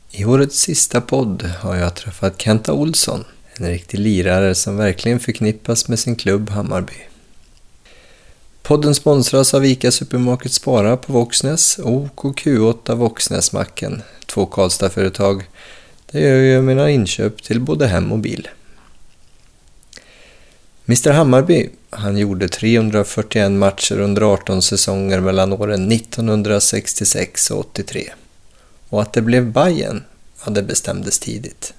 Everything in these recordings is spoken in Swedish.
I årets sista podd har jag träffat Kenta Olsson, en riktig lirare som verkligen förknippas med sin klubb Hammarby. Podden sponsras av ICA Supermarket Spara på Våxnäs och OKQ8 Våxnäsmacken, 2 Karlstad-företag där jag gör mina inköp till både hem och bil. Mr Hammarby, han gjorde 341 matcher under 18 säsonger mellan åren 1966 och 83. Och att det blev Bayern, ja, det bestämdes tidigt.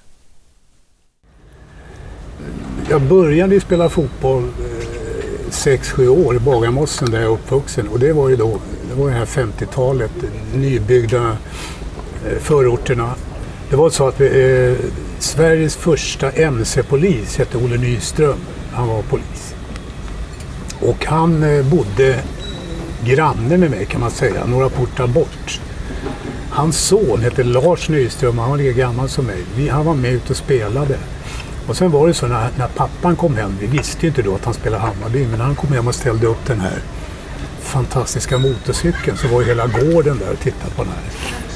Jag började spela fotboll 6-7 år i Bagarmossen där jag är uppvuxen. Och det var ju då, det var det här 50-talet, nybyggda förorterna. Det var så att Sveriges första MC-polis hette Olle Nyström. Han var polis. Och han bodde granne med mig kan man säga, några portar bort. Hans son hette Lars Nyström, han var lika gammal som mig. Han var med ut och spelade. Och sen var det så när pappan kom hem, vi visste ju inte då att han spelade Hammarby, men när han kom hem och ställde upp den här fantastiska motorcykeln så var ju hela gården där och tittade på den här.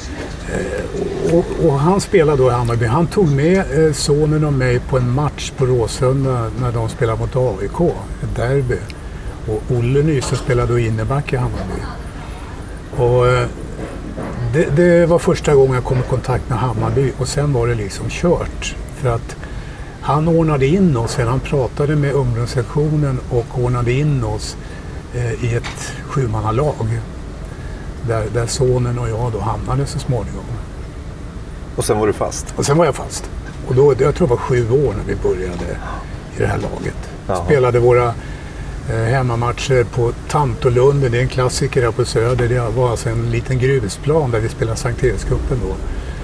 Och han spelade då i Hammarby. Han tog med sonen och mig på en match på Råsunda när de spelade mot AIK, ett derby. Och Olle Nyström spelade då inneback i Hammarby. Och det var första gången jag kom i kontakt med Hammarby och sen var det liksom kört. För att han ordnade in oss, han pratade med ungdomssektionen och ordnade in oss i ett 7-mannalag. Där sonen och jag då hamnade så småningom. Och sen var du fast? Och sen var jag fast. Och då, jag tror det var 7 år när vi började i det här laget. Jaha. Spelade våra hemmamatcher på Tantolunden, det är en klassiker här på Söder. Det var alltså en liten grusplan där vi spelade Sankt Erikscupen då.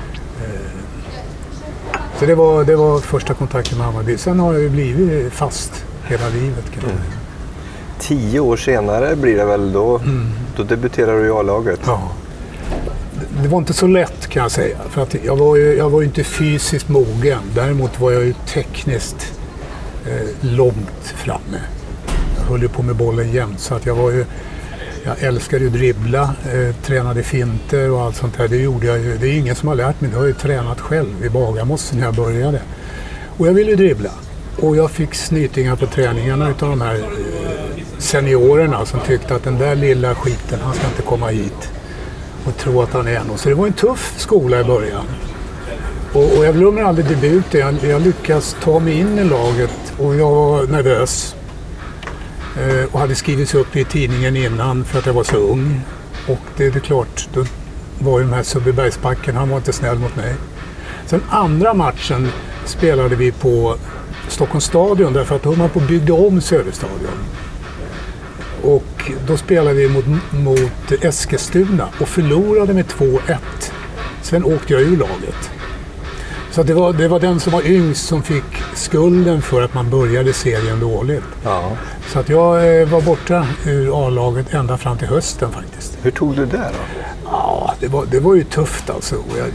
Så det var första kontakten med Hammarby. Sen har jag ju blivit fast hela livet. 10 år senare blir det väl då, då debuterar du i A-laget. Ja. Det var inte så lätt kan jag säga. För att jag var ju inte fysiskt mogen. Däremot var jag ju tekniskt långt framme. Jag höll ju på med bollen jämt så att jag älskade ju dribbla, tränade finter och allt sånt här. Det gjorde jag ju. Det är ingen som har lärt mig. Det har jag ju tränat själv i Bagarmossen när jag började. Och jag ville ju dribbla. Och jag fick snytingar på träningarna utav de här seniorerna som tyckte att den där lilla skiten, han ska inte komma hit och tro att han är någon. Så det var en tuff skola i början. Och jag glömmer aldrig debuten. Jag lyckas ta mig in i laget och jag var nervös. Och hade skrivits upp i tidningen innan för att jag var så ung. Och det är klart, då var ju den här Sundbybergsbacken, han var inte snäll mot mig. Sen andra matchen spelade vi på Stockholms stadion därför att då höll man på att bygga om Söderstadion. Och då spelade vi mot Eskilstuna och förlorade med 2-1. Sen åkte jag ur laget. Så det var den som var yngst som fick skulden för att man började serien dåligt. Ja. Så att jag var borta ur A-laget ända fram till hösten faktiskt. Hur tog du det då? Ja, det var ju tufft alltså.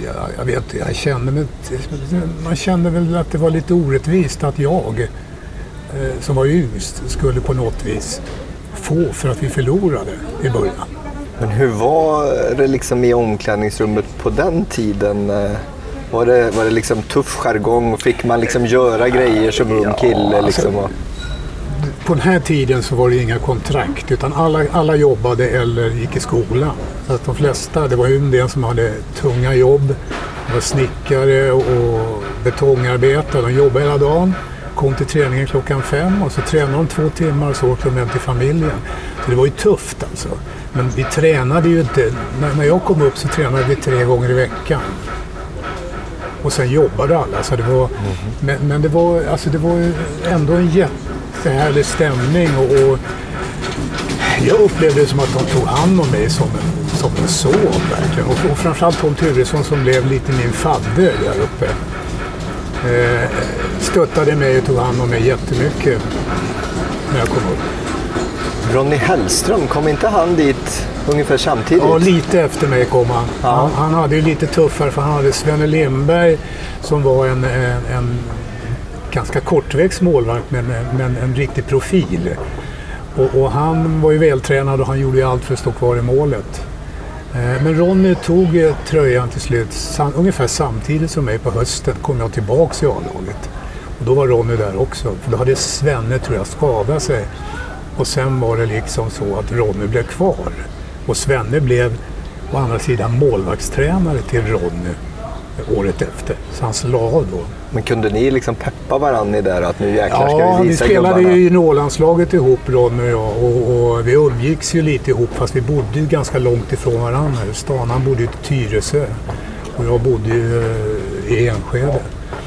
Man kände väl att det var lite orättvist att jag som var yngst skulle på något vis få för att vi förlorade i början. Men hur var det liksom i omklädningsrummet på den tiden? Var det liksom tuff jargong? Fick man liksom göra grejer som ung kille? Liksom? Alltså, på den här tiden så var det inga kontrakt utan alla jobbade eller gick i skolan. Så att de flesta, det var ju en del som hade tunga jobb. Det var snickare och betongarbetare. De jobbade hela dagen. Kom till träningen 5:00 och så tränade de 2 timmar och så åkte de hem till familjen. Så det var ju tufft alltså. Men vi tränade ju inte. När jag kom upp så tränade vi 3 gånger i veckan. Och sen jobbade alla. Så det var, men det var ändå en jättehärlig stämning. Och jag upplevde det som att de tog hand om mig som en son verkligen. Och framförallt Tom Turesson som blev lite min fadder där uppe. Stöttade mig och tog hand om mig jättemycket när jag kom upp. Ronny Hellström, kom inte han dit ungefär samtidigt? Ja, lite efter mig kom han. Ja. Han hade ju lite tuffare för han hade Svenne Lindberg som var en ganska kortväxt målvakt men en riktig profil. Och han var ju vältränad och han gjorde ju allt för att stå kvar i målet. Men Ronny tog tröjan till slut ungefär samtidigt som mig på hösten kom jag tillbaka i A-laget. Och då var Ronny där också, för då hade Svenne tror jag skadat sig. Och sen var det liksom så att Ronny blev kvar. Och Svenne blev å andra sidan målvaktstränare till Ronny året efter. Så han la av då. Men kunde ni liksom peppa varandra i där att nu jäklar ska vi visa gubbarna? Ja, vi spelade ju i Norrlandslaget ihop, Ronny och jag. Och vi umgicks ju lite ihop fast vi bodde ju ganska långt ifrån varandra. Stanan bodde ju i Tyresö och jag bodde ju i Enskede.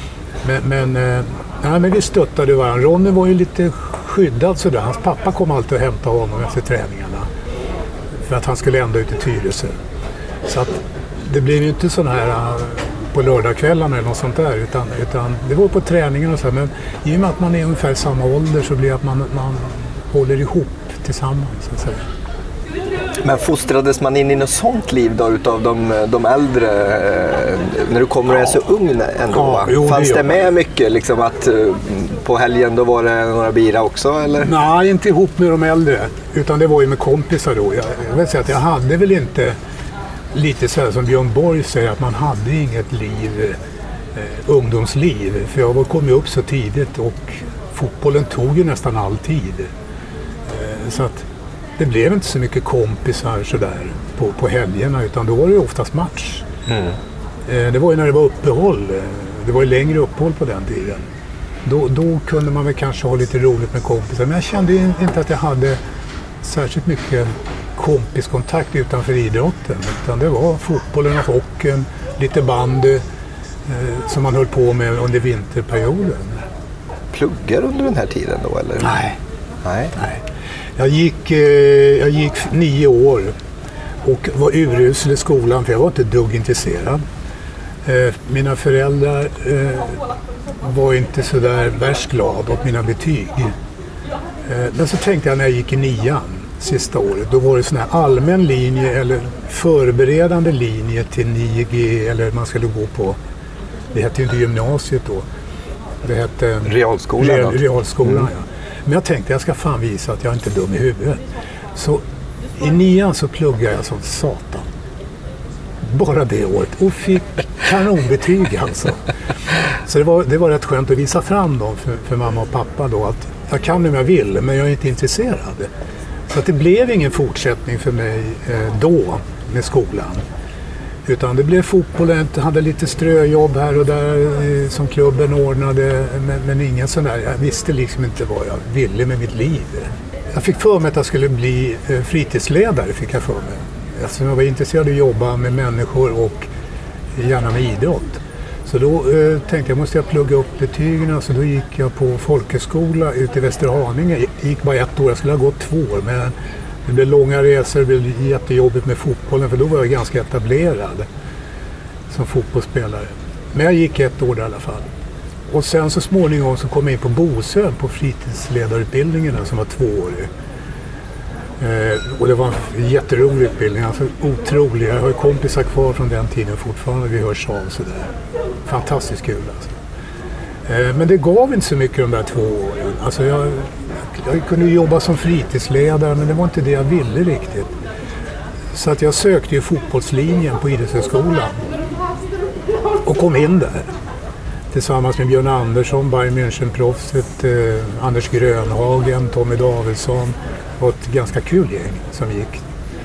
Men vi stöttade varandra. Ronny var ju lite skyddad sådär. Hans pappa kom alltid att hämta honom efter träningarna. För att han skulle ända ut i Tyresö. Så att det blev ju inte sån här på lördagskvällarna eller något sånt där. Utan det var på träningen och så. Men i och med att man är ungefär samma ålder så blir det att man håller ihop tillsammans så att säga. Men fostrades man in i något sånt liv då utav de äldre när du kommer och är så ung ändå? Fanns det med mycket liksom att på helgen då var det några bira också eller? Nej, inte ihop med de äldre utan det var ju med kompisar då. Jag vill säga att jag hade väl inte lite så här som Björn Borg säger att man hade inget liv, ungdomsliv. För jag kom ju upp så tidigt och fotbollen tog ju nästan all tid. Så att det blev inte så mycket kompisar sådär på helgerna utan då var det ju oftast match. Det var ju när det var uppehåll. Det var ju längre uppehåll på den tiden. Då kunde man väl kanske ha lite roligt med kompisar. Men jag kände inte att jag hade särskilt mycket kompiskontakt utanför idrotten. Utan det var fotbollen och hockeyn, lite bandy som man höll på med under vinterperioden. Pluggar under den här tiden då eller? Nej. Jag gick 9 år och var urusel i skolan för jag var inte dugg intresserad. Mina föräldrar var inte så där värst glada åt mina betyg. Men så tänkte jag när jag gick i 9:an sista året, då var det sån här allmän linje eller förberedande linje till 9G eller man skulle gå på, det hette ju inte gymnasiet då. Det hette Realskolan. Ja. Men jag tänkte jag ska fan visa att jag inte är dum i huvudet. Så i 9:an så pluggade jag som satan. Bara det året. Och fick kanonbetyg alltså. Så det var rätt skönt att visa fram dem för mamma och pappa då. Att jag kan om jag vill men jag är inte intresserad. Så att det blev ingen fortsättning för mig då med skolan. Utan det blev fotbollen, jag hade lite ströjobb här och där som klubben ordnade. Men ingen sån där, jag visste liksom inte vad jag ville med mitt liv. Jag fick för mig att jag skulle bli fritidsledare, fick jag för mig. Alltså jag var intresserad av att jobba med människor och gärna med idrott. Så då tänkte jag, måste jag plugga upp betygen. Så då gick jag på folkhögskola ute i Västerhaninge. Jag gick bara 1 år, jag skulle ha gått 2 år. Men det blev långa resor, det blev jättejobbigt med fotbollen. För då var jag ganska etablerad som fotbollsspelare. Men jag gick 1 år i alla fall. Och sen så småningom så kom jag in på Bosön på fritidsledarutbildningen som var 2-årig. Och det var en jätterolig utbildning, alltså otrolig. Jag har ju kompisar kvar från den tiden fortfarande, vi hörs av sådär. Fantastiskt kul alltså. Men det gav inte så mycket de där 2 åren. Alltså jag kunde jobba som fritidsledare men det var inte det jag ville riktigt. Så att jag sökte ju fotbollslinjen på Idrottshögskolan och kom in där. Tillsammans med Björn Andersson, Bayern München-proffset, Anders Grönhagen, Tommy Davidsson. Och ett ganska kul gäng som gick.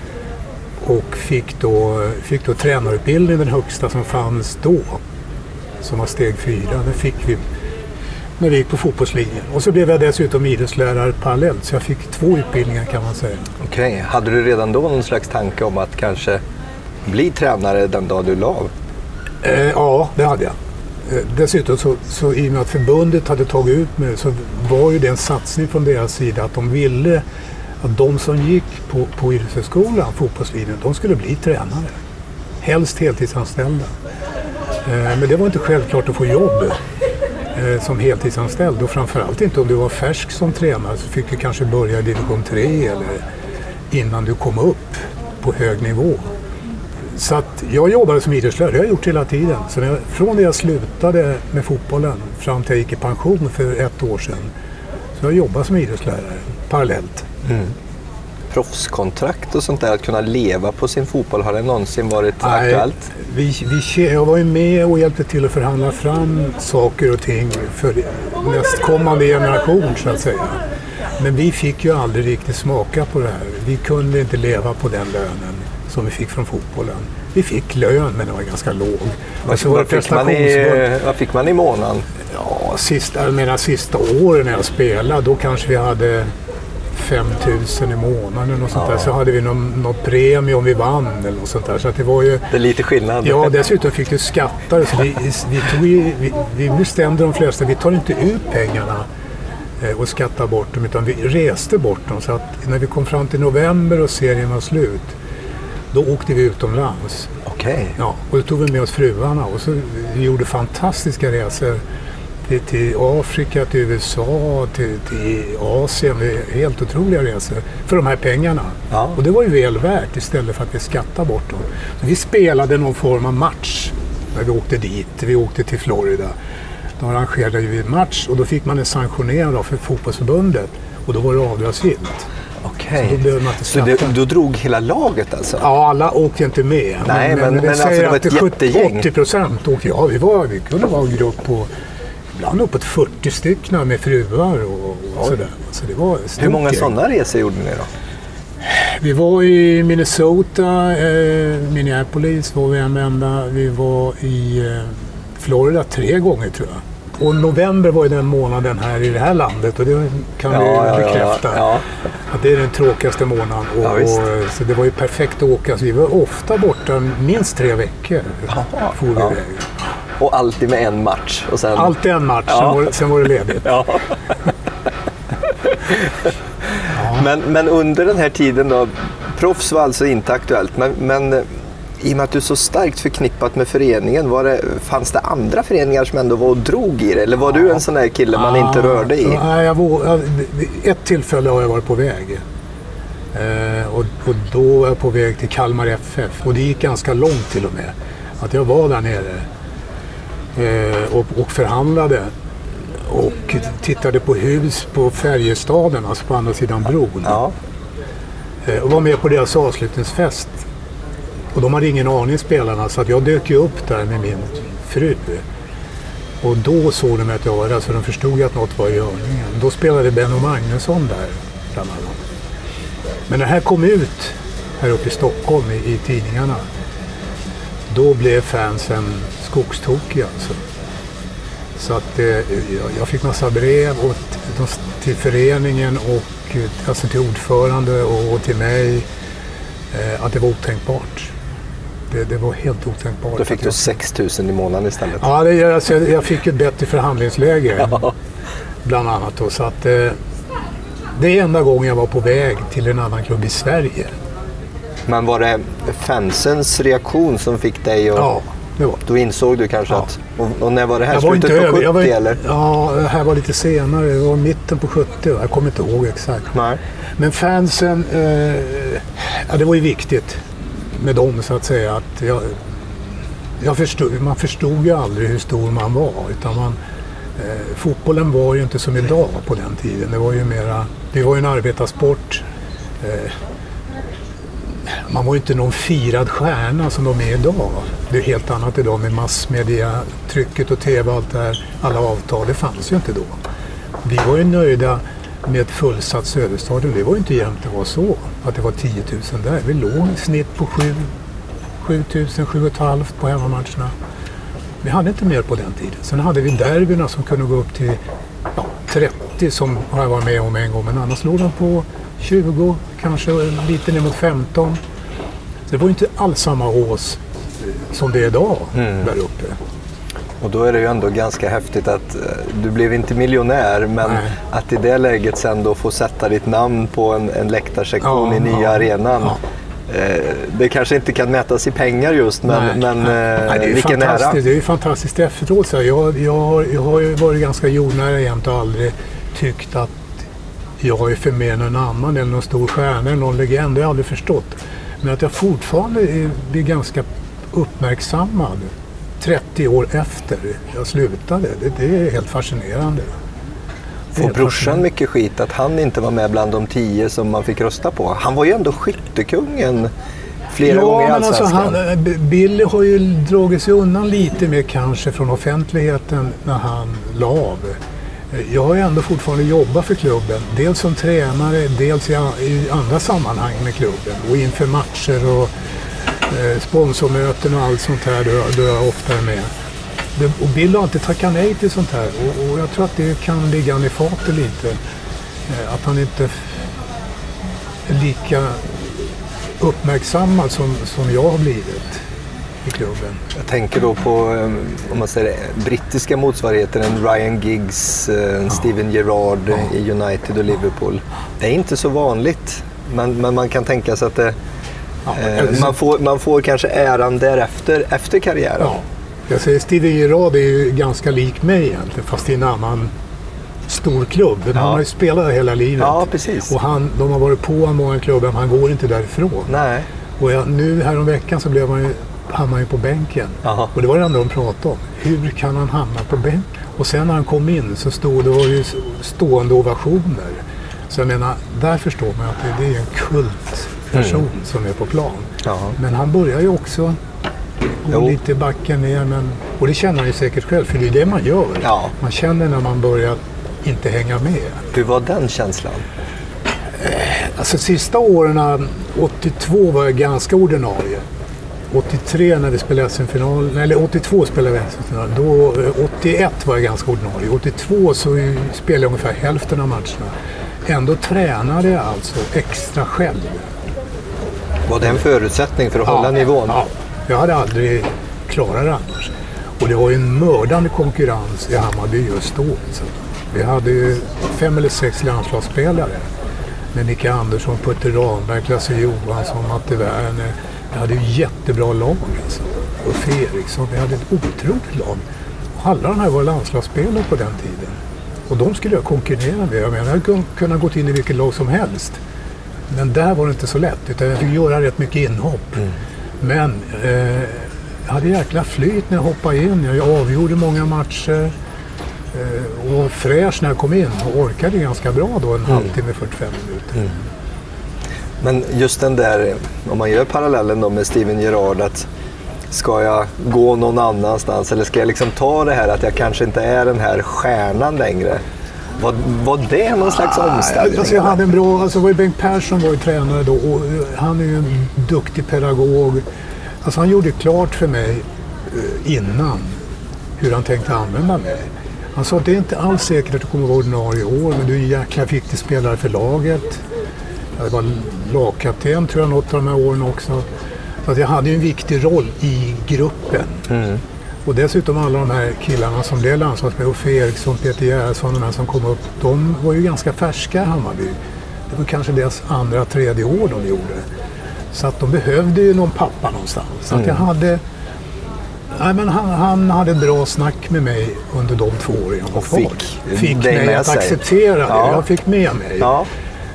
Och fick då tränarutbildning, den högsta som fanns då. Som var steg 4. Det fick vi när vi gick på fotbollslinjen. Och så blev jag dessutom idrottslärare parallellt. Så jag fick 2 utbildningar kan man säga. Okej. Hade du redan då någon slags tanke om att kanske bli tränare den dag du la av? Ja, det hade jag. Dessutom så i och med att förbundet hade tagit ut mig så var ju det en satsning från deras sida att de ville att de som gick på Idrottshögskolan, fotbollslinjen, de skulle bli tränare. Helst heltidsanställda. Men det var inte självklart att få jobb som heltidsanställd och framförallt inte om du var färsk som tränare så fick du kanske börja i division 3 eller innan du kom upp på hög nivå. Så att jag jobbade som idrottslärare, det har jag gjort hela tiden. Så från när jag slutade med fotbollen fram till jag gick i pension för 1 år sedan så jag jobbat som idrottslärare parallellt. proffskontrakt och sånt där, att kunna leva på sin fotboll, har det någonsin varit aktuellt? Jag var ju med och hjälpte till att förhandla fram saker och ting för nästkommande generation så att säga. Men vi fick ju aldrig riktigt smaka på det här. Vi kunde inte leva på den lönen som vi fick från fotbollen. Vi fick lön, men den var ganska låg. Vad fick man i månaden? Ja, sista åren när jag spelade, då kanske vi hade 5 000 i månaden och sånt där. Så hade vi någon premie om vi vann eller något sånt där. Så att det var ju... Det är lite skillnad. Ja, dessutom fick du skattare. Så vi bestämde de flesta, vi tar inte ut pengarna och skattar bort dem, utan vi reste bort dem. Så att när vi kom fram till november och serien var slut, då åkte vi utomlands. Okej. Ja, och då tog vi med oss fruarna och så vi gjorde fantastiska resor till Afrika, till USA, till Asien. Helt otroliga resor för de här pengarna. Ja. Och det var ju väl värt istället för att vi skattade bort dem. Så vi spelade någon form av match när vi åkte dit. Vi åkte till Florida. Då arrangerade vi en match och då fick man en sanktionerad för fotbollsförbundet och då var det avdragsgillt. Okej, så då drog hela laget alltså? Ja, alla åkte inte med. Nej, men det alltså det var ett jättegäng. 80% åkte, ja, vi kunde vara en grupp på ibland uppåt 40 stycken med fruar och sådär. Så det var hur många sådana resor gjorde ni då? Vi var i Minnesota, Minneapolis var vi en enda. Vi var i Florida 3 gånger tror jag. Och november var ju den månaden här i det här landet och det kan vi bekräfta. Ja. Att det är den tråkigaste månaden. Så det var ju perfekt att åka. Så vi var ofta borta minst 3 veckor. For vi iväg. Och alltid med en match. Och sen... Alltid en match, sen var det ledigt. Ja. Men under den här tiden då, proffs var alltså inte aktuellt. Men i och med att du är så starkt förknippat med föreningen, fanns det andra föreningar som ändå var och drog i det? Eller var du en sån där kille man inte rörde i? Ett tillfälle har jag varit på väg. Och då var jag på väg till Kalmar FF. Och det gick ganska långt till och med. Att jag var där nere och förhandlade. Och tittade på hus på Färjestaden, alltså på andra sidan bron. Ja. Och var med på deras avslutningsfest. Och de hade ingen aning, spelarna, så att jag dök ju upp där med min fru. Och då såg de att jag var där, så de förstod att något var i görningen. Då spelade Benno Magnusson där bland annat. Men när det här kom ut här uppe i Stockholm i tidningarna, då blev fansen skogstokiga alltså. Så att jag fick massa brev till föreningen och alltså till ordförande och till mig att det var otänkbart. Det var helt otänkbart. Då fick du 6 000 i månaden istället. Ja, jag fick ett bättre förhandlingsläge bland annat. Då, så att, det är enda gången jag var på väg till en annan klubb i Sverige. Men var det fansens reaktion som fick dig att... Ja, det var. Då insåg du kanske att... Och när var det här? Slutet på 70 eller? Ja, det här var lite senare. Det var mitten på 70. Jag kommer inte ihåg exakt. Nej. Men fansen... det var ju viktigt med dem så att säga. Att man förstod ju aldrig hur stor man var. Utan fotbollen var ju inte som idag på den tiden. Det var ju en arbetarsport. Man var ju inte någon firad stjärna som de är idag. Det är helt annat idag med massmedia, trycket och tv och allt det här. Alla avtal, det fanns ju inte då. Vi var ju nöjda med ett fullsatt Söderstadion. Det var ju inte jämt det var så att det var 10 000 där. Vi låg i snitt på 7 000, 7,5 på hemmamatcherna. Vi hade inte mer på den tiden. Sen hade vi derbyna som kunde gå upp till 30 som jag var med om en gång. Men annars låg de på 20, kanske lite ner mot 15. Så det var ju inte alls samma ås som det är idag där uppe. Och då är det ju ändå ganska häftigt att du blev inte miljonär, men att i det läget sen då få sätta ditt namn på en läktarsektion i nya arenan. Ja. Det kanske inte kan mätas i pengar just, men vilken ära. Det är ju fantastiskt efteråt. Jag har ju varit ganska jordnära jämt och aldrig tyckt att jag är för mer någon annan eller någon stor stjärna eller någon legend. Det har jag aldrig förstått. Men att jag fortfarande blir ganska uppmärksammad 30 år efter jag slutade, det är helt fascinerande. Får brorsan mycket skit att han inte var med bland de 10 som man fick rösta på? Han var ju ändå skyttekungen flera gånger i Allsvenskan. Billy har ju dragit sig undan lite mer kanske från offentligheten när han la av. Jag har ju ändå fortfarande jobbat för klubben. Dels som tränare, dels i andra sammanhang med klubben. Och inför matcher och sponsormöten och allt sånt här då jag ofta är med. Och Bill har inte tackat nej till sånt här. Och jag tror att det kan ligga i fatet lite. Att han inte är lika uppmärksammad som jag har blivit i klubben. Jag tänker då på, om man säger brittiska motsvarigheter, en Ryan Giggs, en Steven Gerrard i United och Liverpool. Det är inte så vanligt, men man kan tänka sig att det, man får kanske äran därefter, efter karriären. Ja. Jag säger Steven Gerrard är ju ganska lik mig egentligen, fast i en annan stor klubb. Han har ju spelat hela livet. Ja, precis. Och de har varit på många klubbar, men han går inte därifrån. Nej. Och nu häromveckan så hamnade han ju på bänken. Aha. Och det var det enda de pratade om. Hur kan han hamna på bänken? Och sen när han kom in så stod det ju stående ovationer. Så jag menar, där förstår man att det är en kultperson som är på plan. Aha. Men han börjar ju också gå lite i backen ner. Och det känner han ju säkert själv, för det är det man gör. Ja. Man känner när man börjar inte hänga med. Hur var den känslan? Alltså sista åren, 82 var jag ganska ordinarie. 83 när vi spelade SM-final, eller 82 spelade vi SM-final, då 81 var jag ganska ordinarie. 82 så spelade jag ungefär hälften av matcherna. Ändå tränade jag alltså extra själv. Var det en förutsättning för att hålla nivån? Ja, jag hade aldrig klarat det annars. Och det var ju en mördande konkurrens i Hammarby just då. Så vi hade ju 5 eller 6 landslagsspelare. Med Nicke Andersson, Putte Ramberg, Lasse Johansson, Matte Werner. Vi hade ju jättebra lag alltså. Och Fredriksson, vi hade ett otroligt lag. Och alla de här var landslagsspelare på den tiden. Och de skulle jag konkurrera med. Jag menar, jag hade kunnat gå in i vilket lag som helst. Men där var det inte så lätt, utan jag fick göra rätt mycket inhopp. Men jag hade jäkla flyt när jag hoppade in. Jag avgjorde många matcher. Och var fräsch när jag kom in och orkade ganska bra då, en halvtimme, 45 minuter. Men just den där, om man gör parallellen då med Steven Gerrard, att ska jag gå någon annanstans eller ska jag liksom ta det här att jag kanske inte är den här stjärnan längre? Var det någon slags omställning? Alltså jag hade en bra, alltså Bengt Persson var ju tränare då och han är ju en duktig pedagog. Alltså han gjorde klart för mig innan hur han tänkte använda mig. Han sa att det är inte alls säkert att du kommer vara ordinarie år, men du är en jäkla viktig spelare för laget. Jag var lagkapten tror jag något av de här åren också. Så att jag hade ju en viktig roll i gruppen. Och dessutom alla de här killarna som blev landslagsspelare, Uffe Eriksson, Peter Gerhardsson, de här som kom upp, de var ju ganska färska i Hammarby. Det var kanske deras andra, tredje år de gjorde. Så att de behövde ju någon pappa någonstans. Så att jag hade... Nej, men han hade bra snack med mig under de 2 åren jag var kvar. Fick mig att acceptera det. Jag fick med mig. Ja.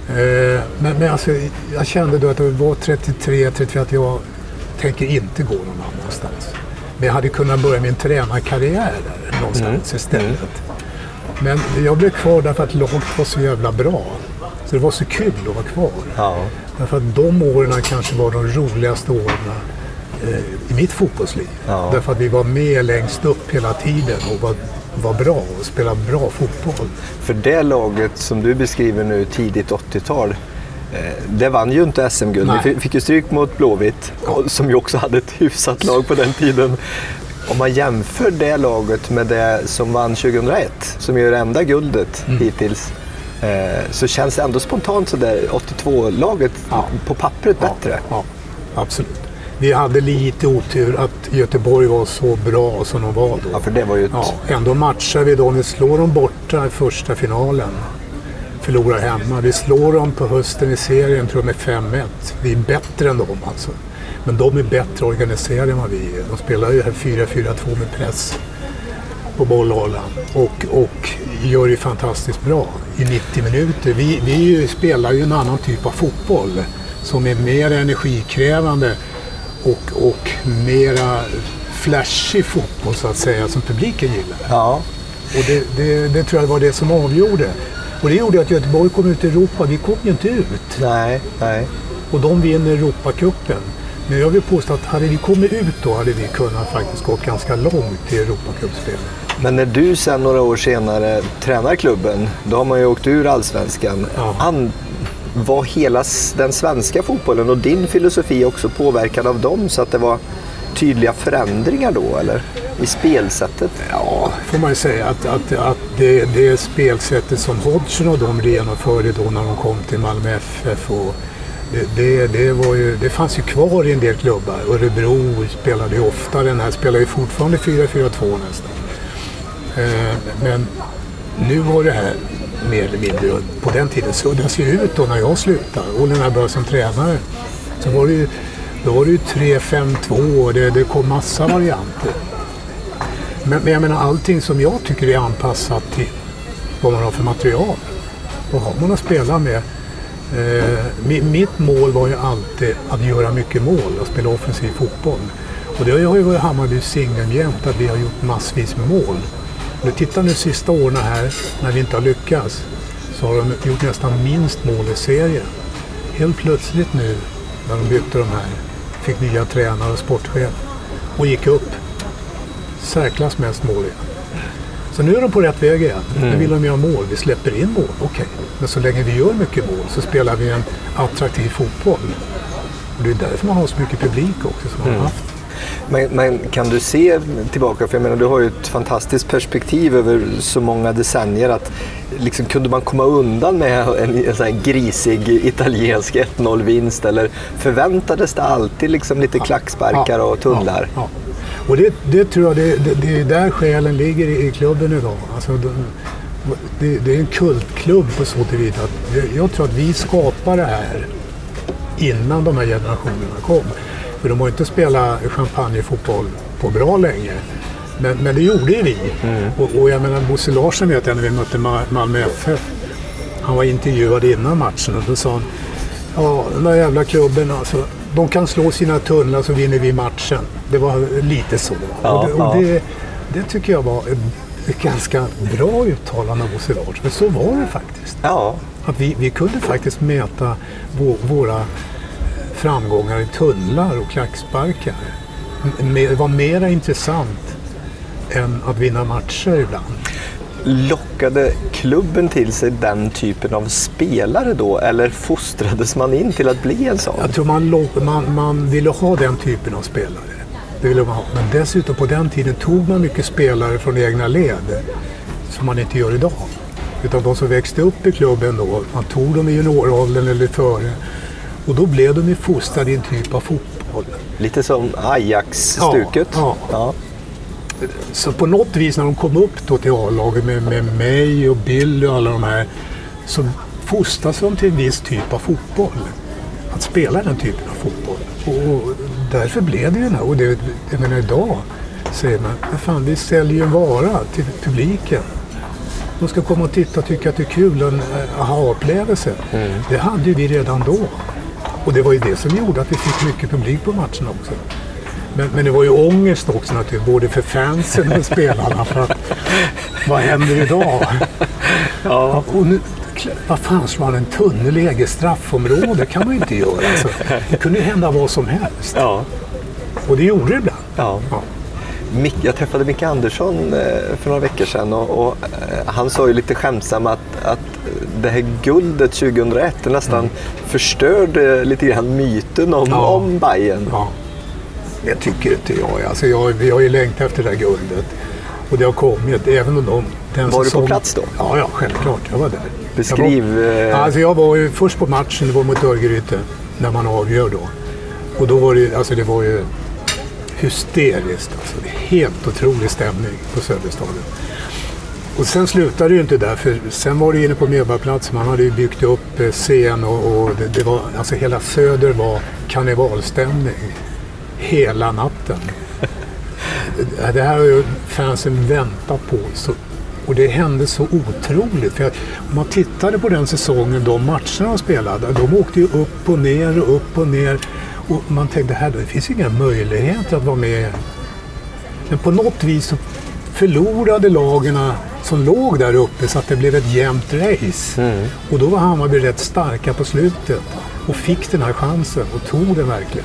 Men alltså, jag kände då att det var 33 att jag tänker inte gå någon annanstans. Men jag hade kunnat börja min tränarkarriär där någonstans istället. Men jag blev kvar därför att laget var så jävla bra. Så det var så kul att vara kvar. Ja. Därför att de åren kanske var de roligaste åren i mitt fotbollsliv. Ja. Därför att vi var med längst upp hela tiden och var bra och spelade bra fotboll. För det laget som du beskriver nu, tidigt 80-tal, det vann ju inte SM-guld. Vi fick ju stryk mot Blåvitt, som ju också hade ett hyfsat lag på den tiden. Om man jämför det laget med det som vann 2001, som är det enda guldet hittills, så känns det ändå spontant så där 82-laget på pappret bättre. Ja, absolut. Vi hade lite otur att Göteborg var så bra som de var då. Ja, för det var ju ändå matchar vi då. Vi slår dem borta i första finalen. Förlorar hemma. Vi slår dem på hösten i serien, tror jag, med 5-1. Vi är bättre än dem alltså. Men de är bättre organiserade än vad vi är. De spelar ju här 4-4-2 med press på bollhållan. Och gör det fantastiskt bra i 90 minuter. Vi spelar ju en annan typ av fotboll som är mer energikrävande och mera flashig fotboll så att säga, som publiken gillar. Ja. Och det tror jag var det som avgjorde. Och det gjorde att Göteborg kom ut i Europa. Vi kom ju inte ut. Nej. Och de vinner Europacupen. Men jag vill påstå att hade vi kommit ut då hade vi kunnat faktiskt gått ganska långt i Europacupspelet. Men när du sen några år senare tränar klubben, då har man ju åkt ur allsvenskan. Ja. Var hela den svenska fotbollen och din filosofi också påverkad av dem så att det var tydliga förändringar då, eller? I spelsättet? Ja, får man ju säga att det spelsättet som Hodgson och de genomförde då när de kom till Malmö FF och det fanns ju kvar i en del klubbar. Örebro spelade ju ofta den här, spelar ju fortfarande 4-4-2 nästan. Men nu var det här mer eller mindre, på den tiden suddas ju ut då när jag slutade och när jag började som tränare så var det ju, då var det ju 3-5-2 och det kom massa varianter. Men jag menar allting som jag tycker är anpassat till vad man har för material. Vad har man att spela med? Mitt mål var ju alltid att göra mycket mål och spela offensiv fotboll. Och det har ju varit Hammarbys signum jämt att vi har gjort massvis med mål. Nu tittar nu sista åren här när vi inte har lyckats så har de gjort nästan minst mål i serien. Helt plötsligt nu när de bytte de här, fick nya tränare och sportchef och gick upp särklass mest mål igen. Så nu är de på rätt väg igen. Nu vill de göra mål. Vi släpper in mål. Okej. Men så länge vi gör mycket mål så spelar vi en attraktiv fotboll. Och det är därför man har så mycket publik också som man har haft. Men kan du se tillbaka, för jag menar du har ju ett fantastiskt perspektiv över så många decennier, att liksom, kunde man komma undan med en sån här grisig italiensk 1-0-vinst eller förväntades det alltid liksom lite klacksparkar och tunnlar? Ja. Och det tror jag det är där själen ligger i klubben idag. Alltså, det är en kultklubb på så tillvida att jag tror att vi skapar det här innan de här generationerna kom. För de har inte spelat champagnefotboll på bra länge. Men det gjorde vi. Och jag menar, Bosse Larsson vet jag när vi mötte Malmö FF. Han var intervjuad innan matchen och då sa han, ja, den där jävla klubben alltså, de kan slå sina tunnlar så vinner vi matchen. Det var lite så. Och det tycker jag var ett ganska bra uttalande av Bosse Larsson. Men så var det faktiskt. Ja. Att vi kunde faktiskt mäta våra framgångar i tunnlar och klacksparkar. Det var mer intressant än att vinna matcher ibland. Lockade klubben till sig den typen av spelare då? Eller fostrades man in till att bli en sån? Jag tror man ville ha den typen av spelare. Det ville man ha. Men dessutom på den tiden tog man mycket spelare från egna led som man inte gör idag. Utan de som växte upp i klubben då, man tog dem i junioråldern eller före. Och då blev de ju fostrade i en typ av fotboll. Lite som Ajax-stuket. Ja. Så på något vis när de kom upp då till A-laget med mig och Bill och alla de här så fostras de till en viss typ av fotboll. Att spela den typen av fotboll. Och därför blev det ju och jag menar idag säger man, fan vi säljer ju en vara till publiken. De ska komma och titta och tycka att det är kul, en aha-upplevelse. Det hade ju vi redan då. Och det var ju det som gjorde att vi fick mycket publik på matcherna också. Men det var ju ångest också naturligtvis, både för fansen och spelarna. För att, vad händer idag? Ja. Och nu, vad fan slår man en tunnel i eget straffområde? kan man ju inte göra. Alltså, det kunde ju hända vad som helst. Ja. Och det gjorde det ibland. Ja. Jag träffade Micke Andersson för några veckor sedan och han sa ju lite skämtsamt att det här guldet 2001 nästan förstörde lite grann myten om Bayern. Ja. Det tycker inte jag. Alltså vi har ju längtat efter det här guldet. Och det har kommit, även om Var du på plats då? Ja, självklart. Jag var där. Beskriv... Jag var ju först på matchen, det var mot Örgryte, när man avgör då. Och då var det var ju hysteriskt. Alltså, helt otrolig stämning på Söderstadion. Och sen slutade det ju inte där, för sen var det inne på Medborgarplatsen. Man hade ju byggt upp scen och det var, alltså hela Söder var karnevalstämning hela natten. Det här har ju fansen väntat på. Och det hände så otroligt. För om man tittade på den säsongen, de matcherna de spelade, de åkte ju upp och ner och upp och ner. Och man tänkte, det finns inga möjligheter att vara med. Men på något vis så förlorade lagarna som låg där uppe så att det blev ett jämnt race. Och då var Hammarby rätt starka på slutet och fick den här chansen och tog den verkligen.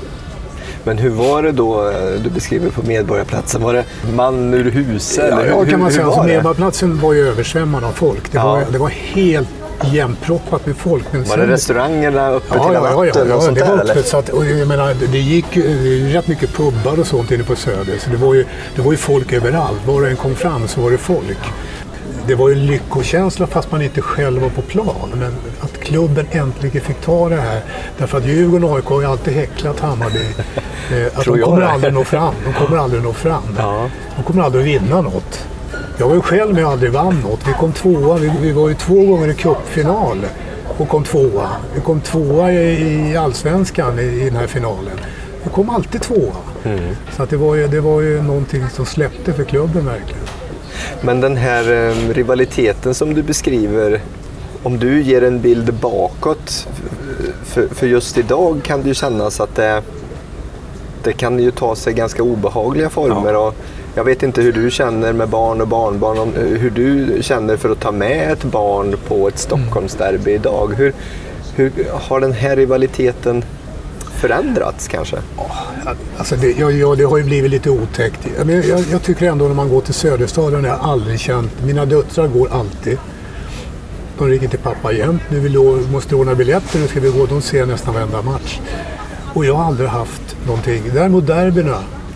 Men hur var det då du beskriver på Medborgarplatsen? Var det man ur huset? Ja, kan man säga. Alltså, Medborgarplatsen var ju översvämmad av folk. Det var helt jämnproppat med folk. Men var det restaurangerna uppe till natten och sånt det var där? Öppet, så att, och jag menar, det gick rätt mycket pubbar och sånt inne på Söder. Så det var ju folk överallt. Var det en kom fram så var det folk. Det var ju en lyckokänsla fast man inte själv var på plan. Men att klubben äntligen fick ta det här. Därför att Djurgården och AIK har ju alltid häcklat Hammarby. Att de kommer aldrig nå fram. De kommer aldrig nå fram. Ja. De kommer aldrig vinna något. Jag var ju själv med och aldrig vann något. Vi kom tvåa. Vi var ju 2 gånger i cupfinal och kom tvåa. Vi kom tvåa i Allsvenskan i den här finalen. Vi kom alltid tvåa. Så att det var ju någonting som släppte för klubben verkligen. Men den här rivaliteten som du beskriver, om du ger en bild bakåt, för just idag kan det ju kännas att det kan ju ta sig ganska obehagliga former. Ja. Och jag vet inte hur du känner med barn och barnbarn, hur du känner för att ta med ett barn på ett Stockholmsderby idag. Hur har den här rivaliteten förändrats kanske? Alltså det har ju blivit lite otäckt. Jag tycker ändå när man går till Söderstadion har jag aldrig känt. Mina döttrar går alltid. De ringer till pappa jämt. Nu måste ordna biljetter, nu ska vi gå. De ser nästan varenda match. Och jag har aldrig haft någonting. Däremot derbyna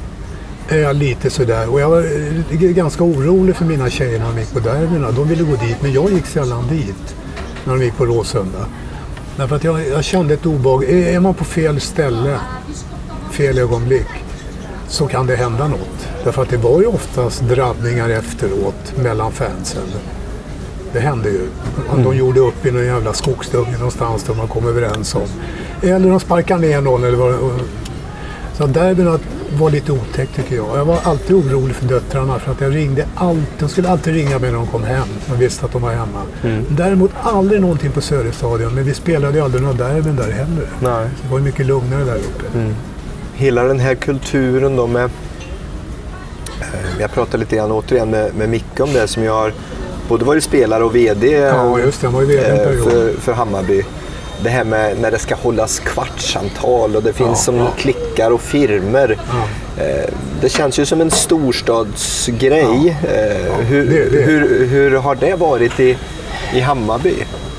är jag lite sådär. Och jag var ganska orolig för mina tjejer när de gick på derbyna. De ville gå dit, men jag gick sällan dit när de gick på Råsunda. Därför att jag kände ett obehag. Är man på fel ställe, fel ögonblick, så kan det hända något. Därför att det var ju oftast drabbningar efteråt mellan fansen. Det hände ju. De gjorde upp i någon jävla skogsdunge någonstans där man kom överens om. Eller de sparkade ner någon. Eller vad. Så derbyn var lite otäckt tycker jag. Jag var alltid orolig för döttrarna för att de skulle alltid ringa mig när de kom hem. De visste att de var hemma. Däremot aldrig någonting på Söderstadion. Men vi spelade ju aldrig någon derbyn där heller. Nej. Det var ju mycket lugnare där uppe. Hela den här kulturen då med... Jag pratade lite grann återigen med Micke om det som jag har både varit spelare och vd för Hammarby. Det här med när det ska hållas kvartssamtal och det finns som klickar och firmer. Det känns ju som en storstadsgrej. Hur har det varit i Hammarby?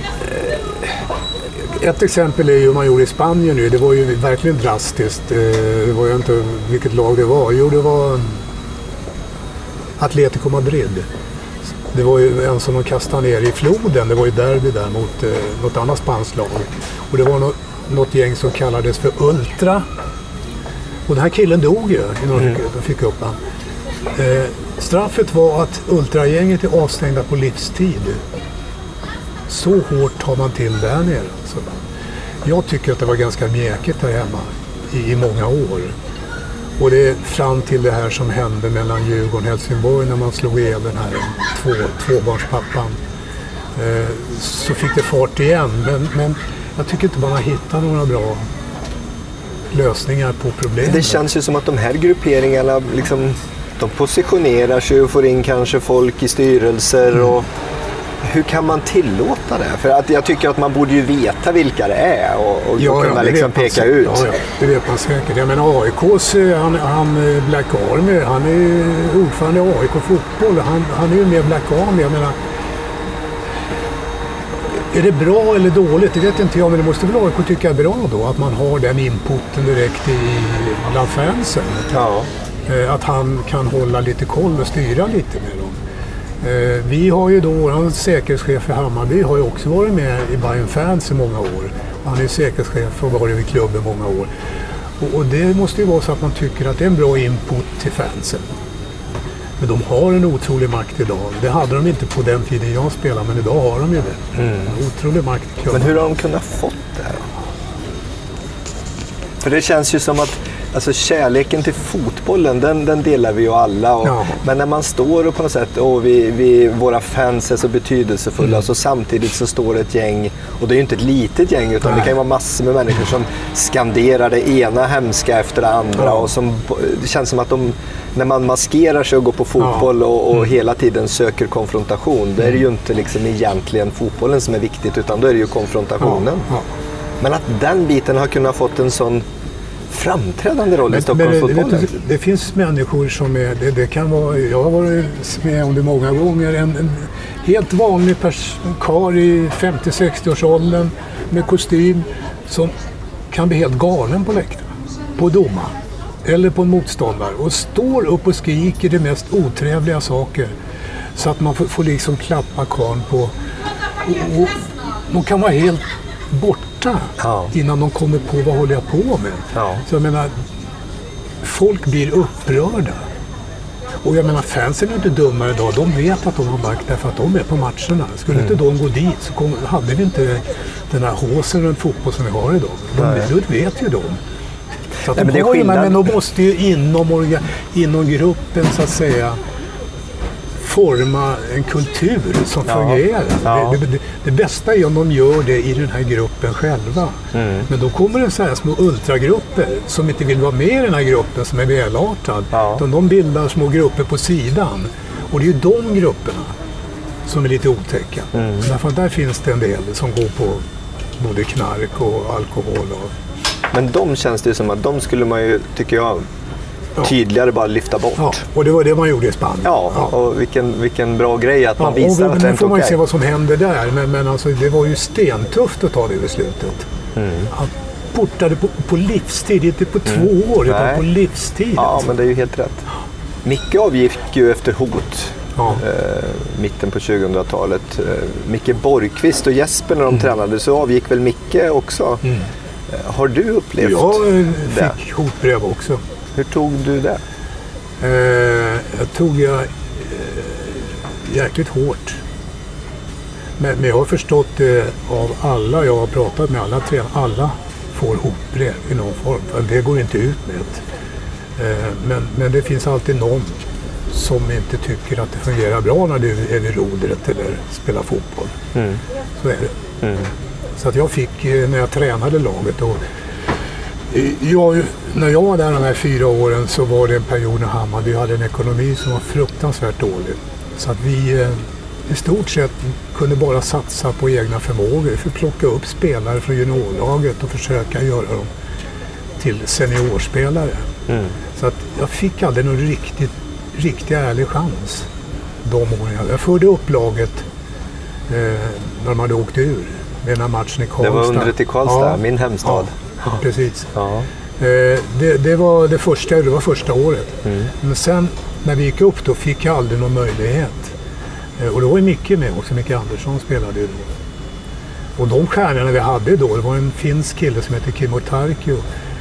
Ett exempel är ju hur man gjorde i Spanien nu. Det var ju verkligen drastiskt. Det var ju inte vilket lag det var. Jo, det var Atletico Madrid. Det var ju en som de kastade ner i floden. Det var ju derby där mot något annat spanskt lag. Och det var något gäng som kallades för Ultra. Och den här killen dog ju innan de fick upp han. Straffet var att Ultragänget är avstängda på livstid. Så hårt tar man till där nere. Så jag tycker att det var ganska mjäkigt här hemma i många år. Och det är fram till det här som hände mellan Djurgården och Helsingborg när man slog ihjäl den här tvåbarnspappan. Så fick det fart igen. Men jag tycker inte man har hittat några bra lösningar på problemet. Det känns ju som att de här grupperingarna liksom, de positionerar sig och får in kanske folk i styrelser och hur kan man tillåta det? För att jag tycker att man borde ju veta vilka det är och kunna liksom peka ut. Ja, det vet man säkert. Jag menar AIKs, han Black Army, han är ordförande i AIK fotboll. Han är ju med Black Army. Jag menar, är det bra eller dåligt? Det vet inte jag, men det måste väl AIK tycka är bra då. Att man har den inputen direkt bland fansen. Ja. Att han kan hålla lite koll och styra lite med dem. Vi har ju då, vår säkerhetschef för Hammarby har ju också varit med i Bayern Fans i många år. Han är säkerhetschef och varit i klubben i många år. Och det måste ju vara så att man tycker att det är en bra input till fansen. Men de har en otrolig makt idag. Det hade de inte på den tiden jag spelade, men idag har de ju det. En otrolig makt i klubben. Men hur har de kunnat fått det här? För det känns ju som att alltså kärleken till fotbollen, den delar vi ju alla. Men när man står och på något sätt, våra fans är så betydelsefulla, så samtidigt så står ett gäng, och det är ju inte ett litet gäng, utan det kan ju vara massor med människor som skanderar det ena hemska efter det andra, och som, det känns som att när man maskerar sig och går på fotboll och hela tiden söker konfrontation, då är det ju inte liksom egentligen fotbollen som är viktigt, utan då är det ju konfrontationen. Men att den biten har kunnat fått en sån framträdande roll i Stockholmsfotbollen. Det finns människor som är, det kan vara, jag har varit med om det många gånger, en helt vanlig karl i 50-60-årsåldern med kostym som kan bli helt galen på läktaren, på domaren eller på en motståndare, och står upp och skriker de mest otrevliga saker, så att man får liksom klappa karln på, och de kan vara helt borta innan de kommer på vad håller jag på med. Så jag menar, folk blir upprörda. Och jag menar, fansen är inte dummare idag. De vet att de har makt därför att de är på matcherna. Skulle inte de gå dit så hade vi inte den här håsen runt fotboll som vi har idag. Det vet ju de. Så att men de måste ju inom gruppen så att säga forma en kultur som fungerar. Det bästa är om de gör det i den här gruppen själva. Men då kommer det så här små ultragrupper som inte vill vara med i den här gruppen som är välartad. De bildar små grupper på sidan. Och det är ju de grupperna som är lite otäcka. Därför att där finns det en del som går på både knark och alkohol. Men de känns det som att de skulle man ju, tycker jag, tydligare bara lyfta bort. Och det var det man gjorde i Spanien. Och vilken bra grej att man visar att det nu får man ju se vad som händer där. Men alltså, det var ju stentufft att ta det beslutet. Att portade på livstid, inte på 2 år, utan på livstid. Ja, men det är ju helt rätt. Micke avgick ju efter hot. Mitten på 2000-talet. Micke Borgqvist och Jesper när de tränade, så avgick väl Micke också. Har du upplevt det? Jag fick hotbrev också. Hur tog du det? Jag tog jäkligt hårt. Men jag har förstått det av alla jag har pratat med, alla får hotbrev i någon form. Det går inte ut med. Men det finns alltid någon som inte tycker att det fungerar bra när du är vid rodret eller spelar fotboll. Så är det. Så att jag fick, när jag tränade laget, och när jag var där de här 4 åren, så var det en period när Hammarby hade en ekonomi som var fruktansvärt dålig. Så att vi i stort sett kunde bara satsa på egna förmågor för att plocka upp spelare från juniorlaget och försöka göra dem till seniorspelare. Så att jag fick aldrig någon riktigt ärlig chans de åren. Jag förde upp laget när de hade åkt ur med den här matchen i Karlstad. Det var undret i Karlstad, min hemstad. Precis. Det var första året. Men sen när vi gick upp då fick jag aldrig någon möjlighet. Och då var ju Micke med också, Micke Andersson spelade ju då. Och de stjärnorna vi hade då, det var en finsk kille som heter Kimmo Tarkio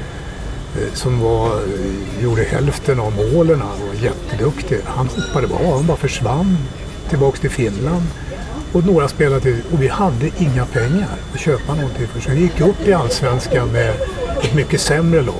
som gjorde hälften av målen och var jätteduktig. Han hoppade han bara försvann tillbaka till Finland. Och några spelare till, och vi hade inga pengar att köpa någonting för. Så vi gick upp i Allsvenskan med ett mycket sämre lag.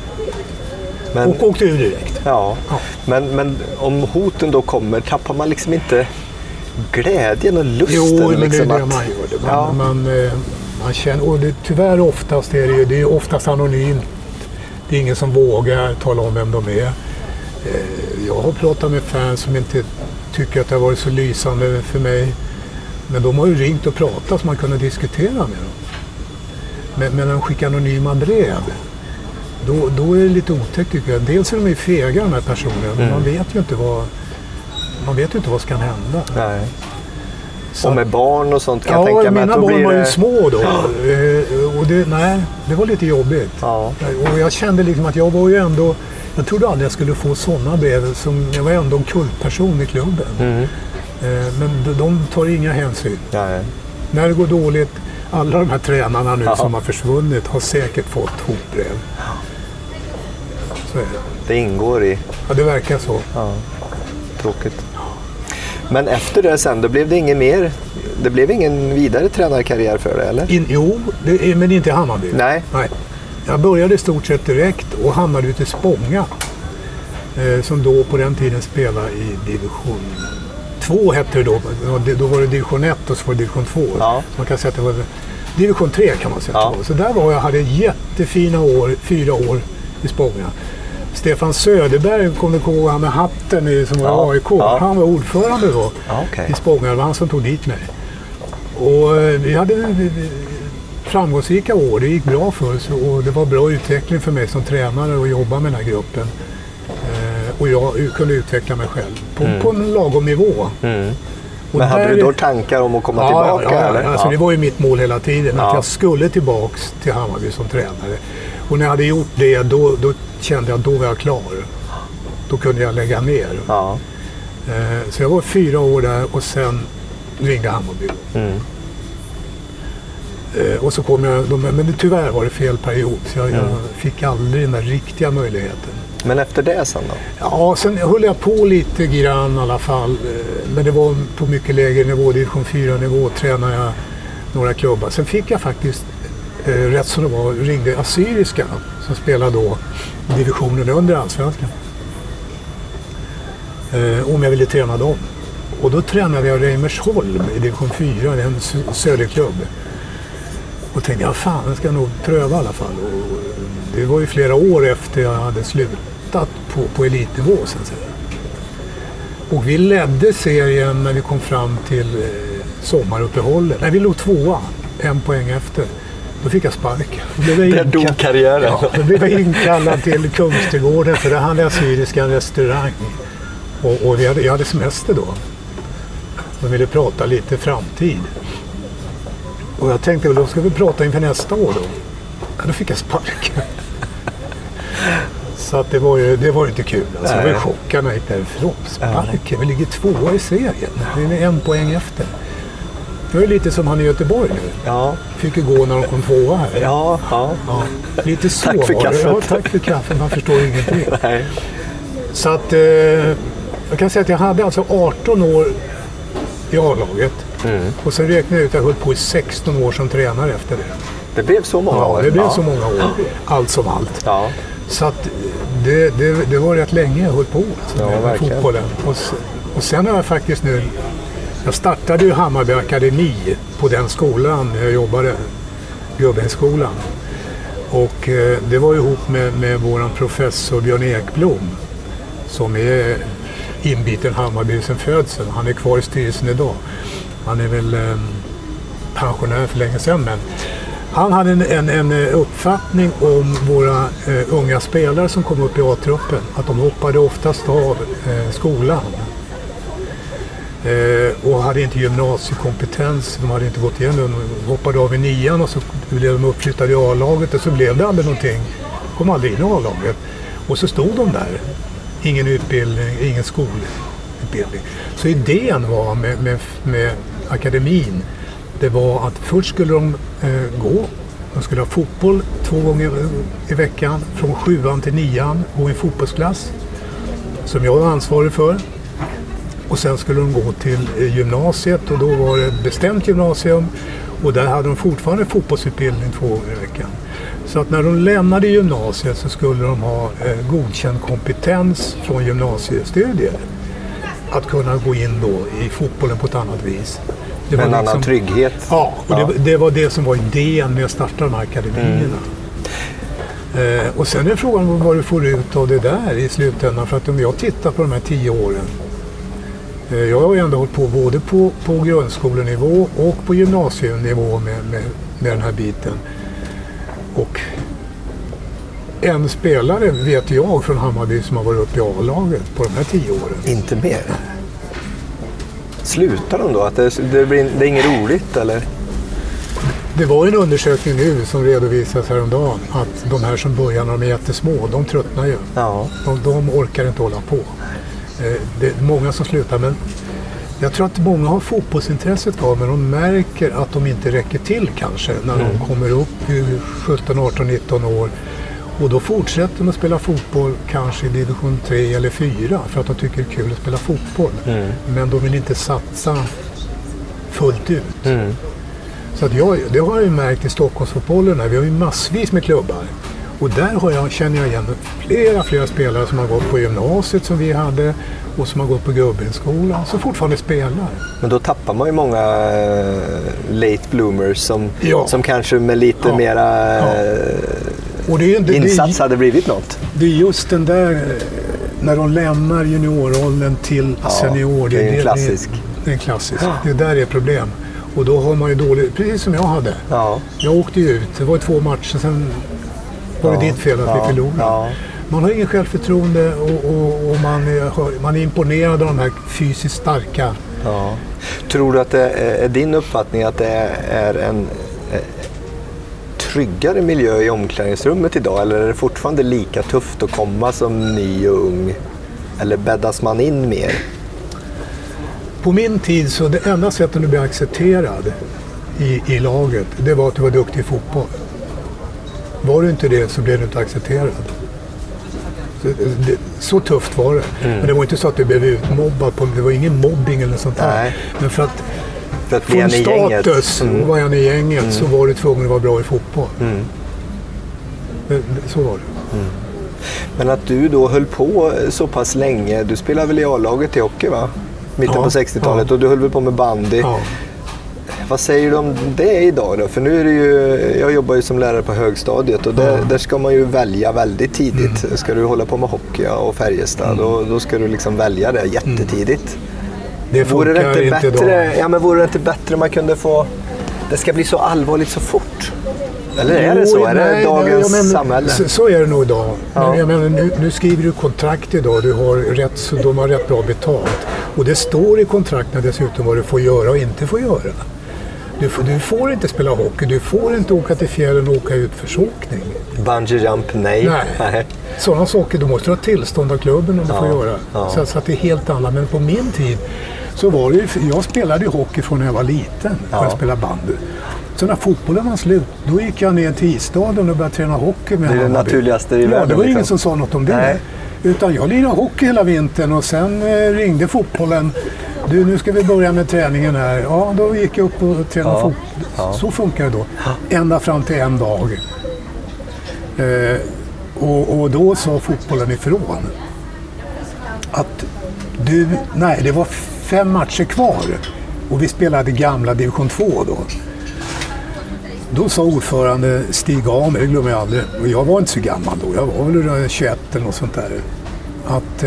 Och åkte ur direkt. Men om hoten då kommer, tappar man liksom inte glädjen och lusten? Jo, men liksom det är det man gör. Man känner, och tyvärr oftast är det är oftast anonymt. Det är ingen som vågar tala om vem de är. Jag har pratat med fans som inte tycker att det har varit så lysande för mig. Men de har ju ringt och pratat så man kunde diskutera med dem. Men när de skickar anonyma brev, då är det lite otäckt tycker jag. Dels är de ju fega de här personerna, men man vet ju inte vad ska hända. Nej. Och med barn och sånt kan jag tänka mig att då blir det... Ja, mina barn var ju små då. Och det var lite jobbigt. Och jag kände liksom att jag var ju ändå... Jag trodde aldrig jag skulle få sådana brev. Jag var ändå en kultperson i klubben. Men de tar inga hänsyn. När det går dåligt, alla de här tränarna nu som har försvunnit har säkert fått hotbrev. Så är det. Det ingår i... Ja, det verkar så. Tråkigt. Men efter det sen, då blev det inget mer... Det blev ingen vidare tränarkarriär för det, eller? Men inte i Hammarby. Nej. jag började i stort sett direkt och hamnade ute i Spånga. Som då på den tiden spelade i division 2 hette det då. Då var det division 1 och så var det division 2. Ja. Man kan säga att det var division 3 kan man säga. Ja. Så där var jag, hade jättefina år, 4 år i Spånga. Stefan Söderberg, kom du ihåg han med hatten som var AIK. Ja. Han var ordförande då i Spånga. Det var han som tog dit mig. Och vi hade framgångsrika år. Det gick bra för oss och det var bra utveckling för mig som tränare att jobba med den här gruppen. Och jag kunde utveckla mig själv på en lagom nivå. Mm. Men hade du då tankar om att komma tillbaka? Eller? Alltså det var ju mitt mål hela tiden. Att jag skulle tillbaks till Hammarby som tränare. Och när jag hade gjort det, då kände jag att då var jag klar. Då kunde jag lägga ner. Ja. Så jag var 4 år där och sen ringde Hammarby. Mm. Och så kom jag, men tyvärr var det fel period. Så jag fick aldrig den där riktiga möjligheten. Men efter det sen då? Ja, sen höll jag på lite grann i alla fall. Men det var på mycket lägre nivå, division 4-nivå, tränade jag några klubbar. Sen fick jag faktiskt, rätt som det var, ringde Assyriska som spelade då divisionen under Allsvenskan. Om jag ville träna dem. Och då tränade jag Reimersholm i division 4, en söderklubb. Och tänkte jag, fan, jag ska nog pröva i alla fall. Och det var ju flera år efter jag hade slutat på elitnivå sen. Och vi ledde serien när vi kom fram till sommaruppehållet. Nej, vi låg 2, 1 poäng efter. Då fick jag sparken. Där dog karriären. Ja, då blev jag inkallad till Kungsträdgården för det hade Assyriska restaurang. Och jag hade semester då. De ville prata lite framtid. Och jag tänkte, då ska vi prata inför nästa år då. Ja, då fick jag sparken. Så att det var ju inte kul. Alltså, jag var chockad när jag gick därifrån. Sparken, vi ligger 2 i serien. Det är 1 poäng efter. Det är lite som han i Göteborg nu. Ja. Fick ju gå när de kom 2 här. Ja. Lite så tack för kaffet. Ja, tack för kaffet. Man förstår ingenting. Nej. Så att jag kan säga att jag hade alltså 18 år i A-laget. Mm. Och sen räknade jag ut att jag höll på i 16 år som tränare efter det. Det blev så många år? Ja, det blev så många år. Allt som allt. Ja. Så att det var rätt länge jag höll på med fotbollen. Och sen har jag faktiskt nu... Jag startade ju Hammarby Akademi på den skolan jag jobbade, Gubbhällsskolan. Och det var ihop med våran professor Björn Ekblom som är inbiten Hammarby sen födseln. Han är kvar i styrelsen idag. Han är väl pensionär för länge sedan, men han hade en uppfattning om våra unga spelare som kom upp i A-truppen, att de hoppade oftast av skolan. Och hade inte gymnasiekompetens, de hade inte gått igenom, de hoppade av i 9:an och så blev de uppflyttade i A-laget och så blev det aldrig någonting, kom aldrig in i A-laget. Och så stod de där, ingen utbildning, ingen skolutbildning. Så idén var med akademin, det var att först skulle de de skulle ha fotboll 2 gånger i veckan, från 7:an till 9:an, gå i fotbollsklass som jag var ansvarig för. Och sen skulle de gå till gymnasiet och då var det bestämt gymnasium och där hade de fortfarande fotbollsutbildning 2 gånger i veckan. Så att när de lämnade gymnasiet så skulle de ha godkänd kompetens från gymnasiestudier att kunna gå in då i fotbollen på ett annat vis. Det var en annan trygghet. Ja, och det var det som var idén med att starta de här akademierna. Och sen är frågan vad du får ut av det där i slutändan. För att om jag tittar på de här 10 åren, jag har ju ändå hållit på både på grundskolenivå och på gymnasienivå med den här biten. Och en spelare vet jag från Hammarby som har varit uppe i A-laget på de här 10 åren. Inte mer? Slutar de då? Att det är inget roligt eller? Det var en undersökning nu som redovisas häromdagen att de här som börjar när de är jättesmå, de tröttnar ju. Ja. De orkar inte hålla på. Det är många som slutar, men jag tror att många har fotbollsintresset kvar, men de märker att de inte räcker till kanske när de kommer upp i 17, 18, 19 år. Och då fortsätter de att spela fotboll kanske i division 3 eller 4 för att de tycker det är kul att spela fotboll. Men de vill inte satsa fullt ut. Så att det har jag ju märkt i Stockholmsfotbollen här. Vi har ju massvis med klubbar Och där känner jag igen flera spelare som har gått på gymnasiet som vi hade och som har gått på Gubbinskolan som fortfarande spelar. Men då tappar man ju många late bloomers som kanske med lite mera och insats hade blivit något. Det är just den där, när de lämnar juniorrollen till senior. Det är en klassisk. Det är en klassisk. Det där är problem. Och då har man ju dåligt, precis som jag hade. Ja. Jag åkte ju ut, det var 2 matcher, sen var det ditt fel att vi förlorade. Ja. Man har ingen självförtroende och man är imponerad av de här fysiskt starka. Ja. Tror du att det är din uppfattning att det är en tryggare miljö i omklädningsrummet idag? Eller är det fortfarande lika tufft att komma som ny och ung? Eller bäddas man in mer? På min tid så det enda sättet att bli accepterad i laget, det var att du var duktig i fotboll. Var du inte det så blev du inte accepterad. Så tufft var det. Men det var inte så att du blev utmobbad. Det var ingen mobbing eller sånt där. Men för att få en status och vara en i gänget så var du tvungen att vara bra i fotboll. Så var det. Men att du då höll på så pass länge, du spelade väl i A-laget i hockey va? Mitten på 60-talet och du höll väl på med bandy. Ja. Vad säger du om det idag då? För nu är det ju, jag jobbar ju som lärare på högstadiet och där ska man ju välja väldigt tidigt. Ska du hålla på med hockey och Färjestad då ska du liksom välja det jättetidigt. Det funkar vore det inte bättre, då. Ja, men vore det inte bättre om man kunde få, det ska bli så allvarligt så fort? Eller är det så? Är det dagens samhälle? Så är det nog idag. Ja. Jag menar, nu skriver du kontrakt idag. De har rätt bra betalt. Och det står i kontrakten dessutom vad du får göra och inte får göra. Du får inte spela hockey. Du får inte åka till fjällen och åka ut för såkning. Bungee jump, nej. Sådana saker, du måste ha tillstånd av klubben om du får göra. Ja. Så att det är helt annat. Men på min tid så var det jag spelade hockey från när jag var liten. Jag spelade bandy. Så när fotbollen var slut, då gick jag ner till isstaden och började träna hockey med det är det naturligaste i världen. Det var ingen som sa något om det. Nej. Utan jag lirade hockey hela vintern och sen ringde fotbollen. Du, nu ska vi börja med träningen här. Ja, då gick jag upp och tränade fotboll. Ja. Så funkar det då. Ända fram till en dag. Och då sa fotbollen ifrån att det var 5 matcher kvar. Och vi spelade gamla division 2 då. Då sa ordförande Stig Amer, det glömmer jag aldrig, och jag var inte så gammal då, jag var väl 21 eller något sånt där, att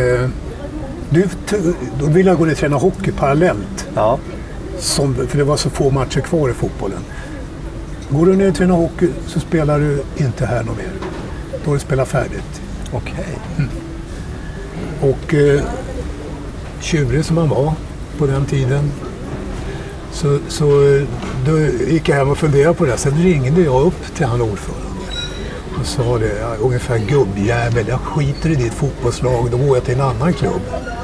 då ville jag gå ner och träna hockey parallellt. Ja. För det var så få matcher kvar i fotbollen. Går du ner och tränar hockey så spelar du inte här något mer. Då har du spelat färdigt. Okej. Och tjurig som man var på den tiden så då gick jag hem och funderade på det. Sen ringde jag upp till han ordförande och sa det, ungefär gubbjävel, jag skiter i ditt fotbollslag, då går jag till en annan klubb.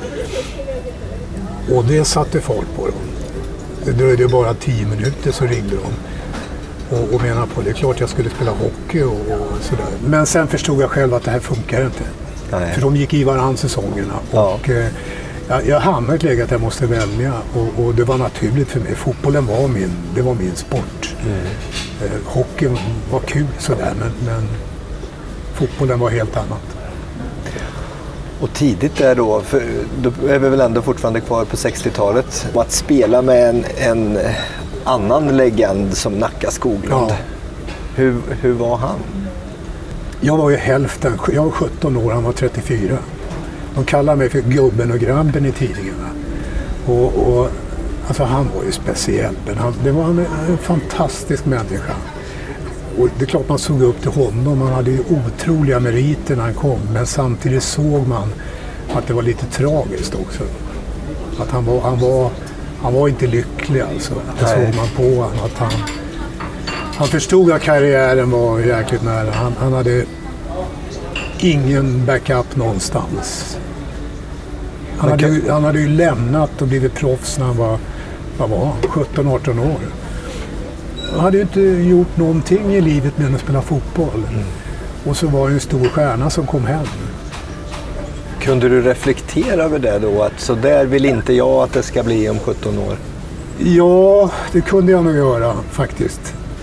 Och det satte fart på dem. Det dröjde bara 10 minuter så ringde de och menade på det. Det är klart jag skulle spela hockey och sådär. Men sen förstod jag själv att det här funkar inte. Nej. För de gick i varann säsongerna. Ja. Och jag hamnade i ett läge att jag måste välja och det var naturligt för mig. Fotbollen var min sport. Hockeyn var kul sådär men fotbollen var helt annat. Och tidigt där då är vi väl ändå fortfarande kvar på 60-talet. Och att spela med en annan legend som Nacka Skoglund. Ja. Hur var han? Jag var ju hälften. Jag var 17 år, han var 34. De kallade mig för gubben och grabben i tidningarna. Och alltså han var ju speciell. Men det var en fantastisk människa. Och det är klart man såg upp till honom. Han hade ju otroliga meriter när han kom. Men samtidigt såg man att det var lite tragiskt också. Att han var inte lycklig alltså. Det såg man på honom. Att han förstod att karriären var jäkligt nära. Han hade ingen backup någonstans. Han hade ju lämnat och blivit proffs när han var 17-18 år. Han hade ju inte gjort någonting i livet med att spela fotboll. Och så var det en stor stjärna som kom hem. Kunde du reflektera över det då? Att så där vill inte jag att det ska bli om 17 år? Ja, det kunde jag nog göra faktiskt.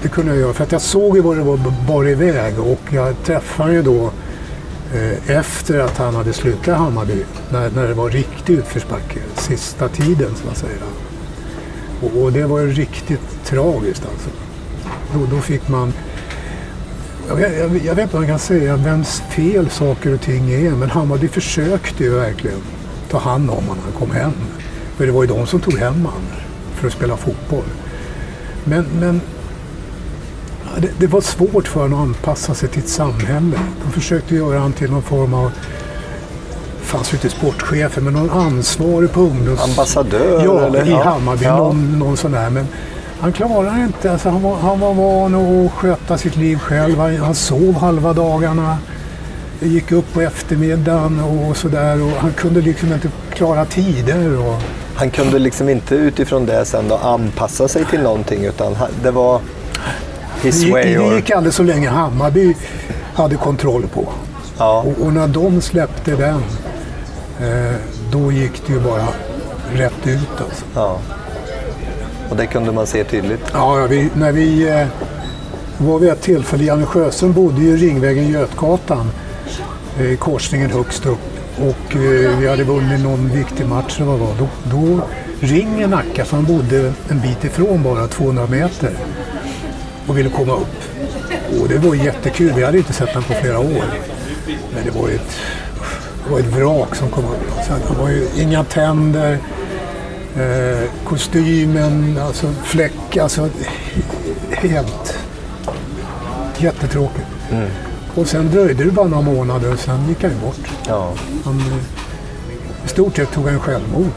det kunde jag göra. För att jag såg ju vad det var bara iväg. Och jag träffade ju då efter att han hade slutat Hammarby. När det var riktigt utförsbacke. Sista tiden, så att säga. Och det var ju riktigt tragiskt alltså. Då fick man... Jag vet inte vad man kan säga, vems fel saker och ting är. Men Hammarby försökte ju verkligen ta hand om honom när han kom hem. För det var ju de som tog hem honom för att spela fotboll. Men det var svårt för honom att anpassa sig till ett samhälle. De försökte göra han till någon form av... fanns ju inte sportchefer, men någon ansvarig på ambassadör? Ja, eller? I Hammarby. Ja. Någon sån där. Men han klarade inte. Alltså, han var van att sköta sitt liv själv. Han sov halva dagarna. Gick upp på eftermiddagen och sådär. Och han kunde liksom inte klara tider. Och... Han kunde liksom inte utifrån det sen då anpassa sig till någonting, utan det var his way. Det gick aldrig så länge Hammarby hade kontroll på. Ja. Och när de släppte den, då gick det ju bara rätt ut alltså. Ja. Och det kunde man se tydligt. Ja, när vi var vid ett tillfälle, Janne Sjöström bodde ju i Ringvägen Götgatan, i korsningen högst upp. Och vi hade vunnit någon viktig match. Då ringer Nacka, för han bodde en bit ifrån, bara 200 meter. Och ville komma upp. Och det var jättekul. Vi hade inte sett den på flera år. Men det var ett vrak som kom upp. Så det var ju inga tänder. Kostymen, alltså fläck. Alltså helt jättetråkigt. Mm. Och sen dröjde det bara några månader och sen gick han bort. Ja. I stort sett tog han självmord.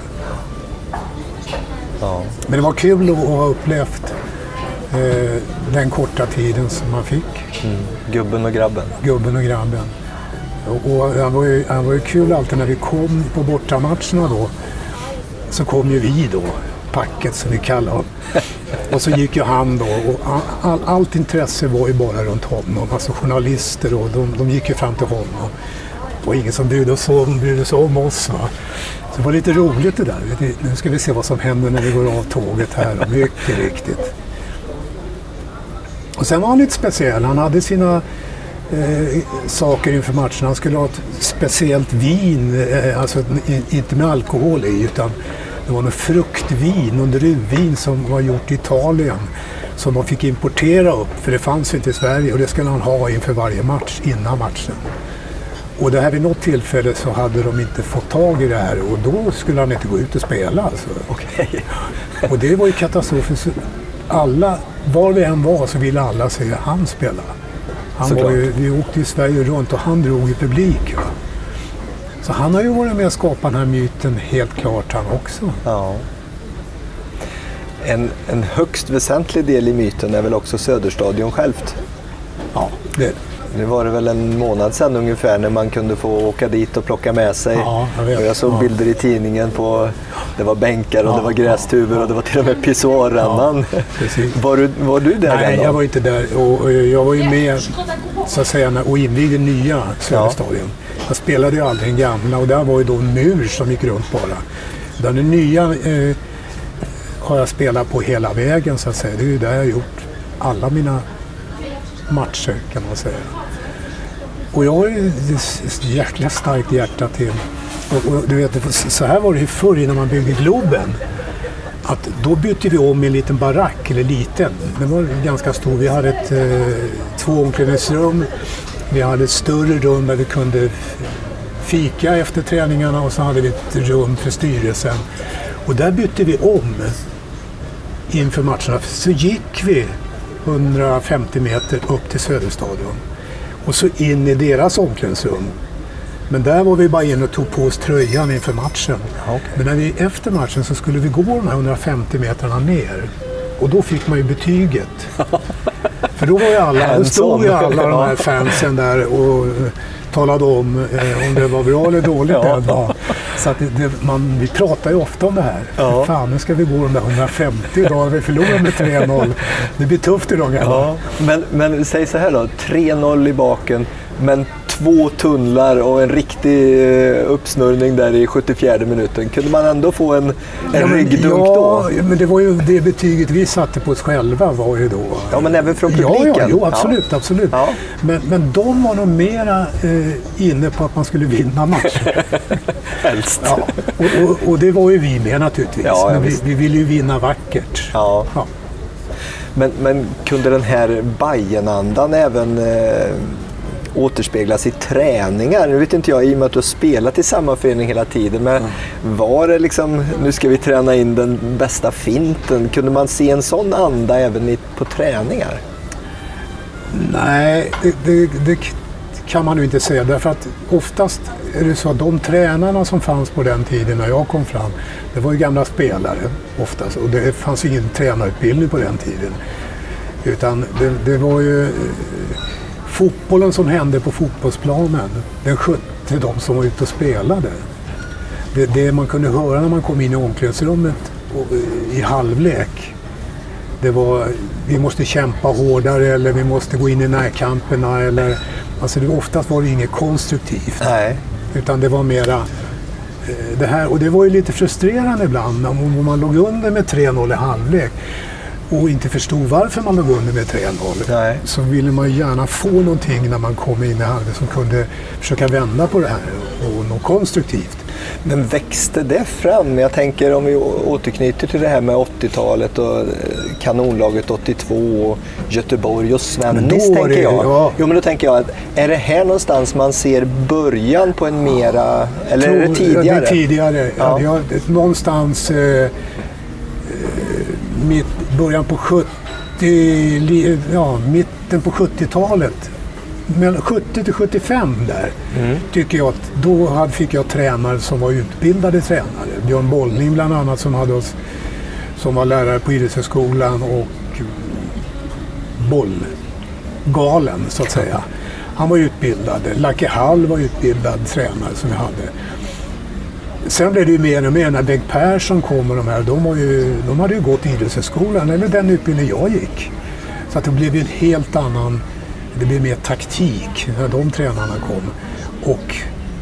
Ja. Men det var kul att ha upplevt den korta tiden som man fick. Mm. Gubben och grabben. Gubben och grabben. Och han var ju kul alltid när vi kom på bortamatcherna då. Så kom ju vi då, packet som vi kallar honom. Och så gick ju han då, och allt intresse var ju bara runt honom. Alltså journalister och de gick ju fram till honom. Och ingen som brydde sig om oss. Va? Så det var lite roligt det där. Nu ska vi se vad som händer när vi går av tåget här. Mycket riktigt. Och sen var han lite speciell. Han hade sina saker inför matchen. Han skulle ha ett speciellt vin, alltså inte med alkohol i, utan det var något fruktvin, någon druvvin som var gjort i Italien som de fick importera upp, för det fanns inte i Sverige, och det skulle han ha inför varje match, innan matchen. Och det här vid något tillfälle så hade de inte fått tag i det här, och då skulle han inte gå ut och spela. Alltså. Okay. Och det var ju katastrofen. Alla, var vi än var, så ville alla se han spela. Vi åkte i Sverige runt och han drog i publik. Va? Så han har ju varit med att skapa den här myten, helt klart han också. Ja. En högst väsentlig del i myten är väl också Söderstadion självt. Ja, det är det. Nu var det väl en månad sedan ungefär när man kunde få åka dit och plocka med sig. Ja, jag vet. Och jag såg bilder i tidningen på, det var bänkar och det var grästuvor och det var till och med pissoarrännan. Ja, var du där? Nej, jag var inte där. Och jag var ju med så att säga och invigde nya Söderstadion. Ja. Jag spelade ju aldrig den gamla, och där var ju då en mur som gick runt bara. Den nya har jag spelat på hela vägen, så att säga. Det är ju där jag har gjort alla mina matcher, kan man säga. Och jag har ju ett jäkla starkt hjärta till. Och du vet, så här var det ju förr innan man byggde Globen. Att då bytte vi om i en liten barack, eller liten. Den var ganska stor. Vi hade 2 omklädningsrum. Vi hade ett större rum där vi kunde fika efter träningarna, och så hade vi ett rum för styrelsen. Och där bytte vi om inför matcherna. Så gick vi 150 meter upp till Söderstadion och så in i deras omklädningsrum. Men där var vi bara in och tog på oss tröjan inför matchen. Okay. Men när vi efter matchen så skulle vi gå de här 150 meterna ner, och då fick man ju betyget. För då var ju alla, stod ju alla de här fansen där och talade om det var bra eller dåligt. Ja. Så att vi pratar ju ofta om det här. Ja. Fan, nu ska vi gå de där 150 idag, vi förlorar med 3-0. Det blir tufft idag. Ja. Men säg så här då, 3-0 i baken, men 2 tunnlar och en riktig uppsnurrning där i 74:e minuten. Kunde man ändå få en ryggdunk då? Ja, men det var ju det betyget vi satte på oss själva var ju då. Ja, men även från publiken. Ja, absolut. Ja. Men de var nog mera inne på att man skulle vinna matchen. Helst. Ja, och det var ju vi med naturligtvis. Ja, men vi ville ju vinna vackert. Ja. Men kunde den här Bajenandan även återspeglas i träningar? Nu vet inte jag, i och med att du har spelat i samma förening hela tiden, men var det liksom, nu ska vi träna in den bästa finten? Kunde man se en sån anda även på träningar? Nej, det kan man ju inte säga, därför att oftast är det så att de tränarna som fanns på den tiden när jag kom fram, det var ju gamla spelare oftast, och det fanns ingen tränarutbildning på den tiden, utan det var ju fotbollen som hände på fotbollsplanen, den skötte de som var ute och spelade. Det man kunde höra när man kom in i omklädningsrummet i halvlek, det var vi måste kämpa hårdare, eller vi måste gå in i närkamperna, eller alltså oftast var det inget konstruktivt. Nej. Utan det var mera det här, och det var ju lite frustrerande ibland om man låg under med 3-0 i halvlek och inte förstod varför man låg under med 3-0. Nej. Så ville man gärna få någonting när man kom in i halvlek som kunde försöka vända på det här och något konstruktivt. Men växte det fram? Jag tänker om vi återknyter till det här med 80-talet och kanonlaget 82 och Göteborg och Svennis, tänker jag. Ja. Jo, men då tänker jag, är det här någonstans man ser början på en mera, eller är det tidigare? Ja, det är tidigare. Ja. Ja, någonstans början på 70, mitten på 70-talet. Mellan 70 till 75 där tycker jag att då fick jag tränare som var utbildade tränare. Björn Bollning bland annat som var lärare på Idrottshögskolan och bollgalen så att säga. Han var utbildad. Lacke Hall var utbildad tränare som vi hade. Sen blev det ju mer och mer när Bengt Persson kom och de här, de hade ju gått i Idrottshögskolan eller den utbildning jag gick. Så att det blev ju en helt annan. Det blev mer taktik när de tränarna kom och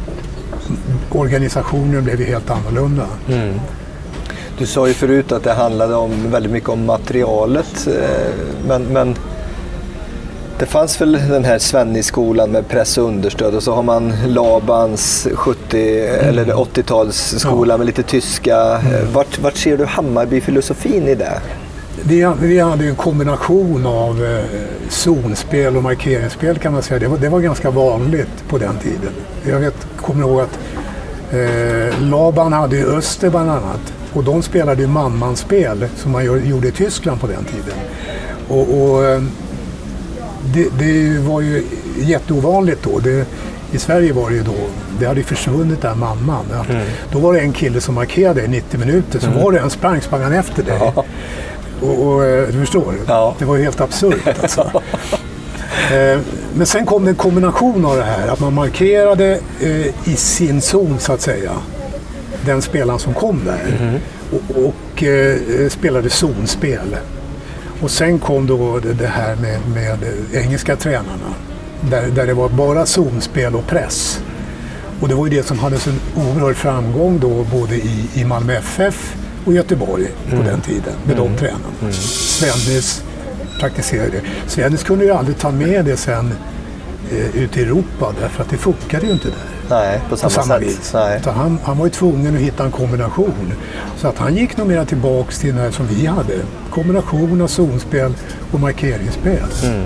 organisationen blev ju helt annorlunda. Mm. Du sa ju förut att det handlade väldigt mycket om materialet, men det fanns väl den här Svennis-skolan med press och understöd, och så har man Labans 70 eller 80-talsskola med lite tyska. Vart ser du Hammarby-filosofin i det? Vi hade en kombination av zonspel och markeringsspel kan man säga. Det var ganska vanligt på den tiden. Jag kommer ihåg att Laban hade ju Öster bland annat. Och de spelade ju man-man-spel som man gjorde i Tyskland på den tiden. Och det var ju jätteovanligt då. I Sverige var det ju då, det hade ju försvunnit där man-man. Då var det en kille som markerade i 90 minuter, så var det sprang han efter dig. Ja. Och du förstår, det var ju helt absurt alltså. Men sen kom det en kombination av det här, att man markerade i sin zon så att säga, den spelaren som kom där och spelade zonspel. Och sen kom då det här med engelska tränarna där det var bara zonspel och press. Och det var ju det som hade så oerhörd framgång då både i Malmö FF och Göteborg på den tiden med de tränarna. Svennis praktiserade det. Svennis kunde ju aldrig ta med det sen ut i Europa därför att det funkade ju inte där. Nej, på samma vis. Nej. Så han var ju tvungen att hitta en kombination. Så att han gick nog mera tillbaks till det som vi hade. Kombination av zonspel och markeringsspel.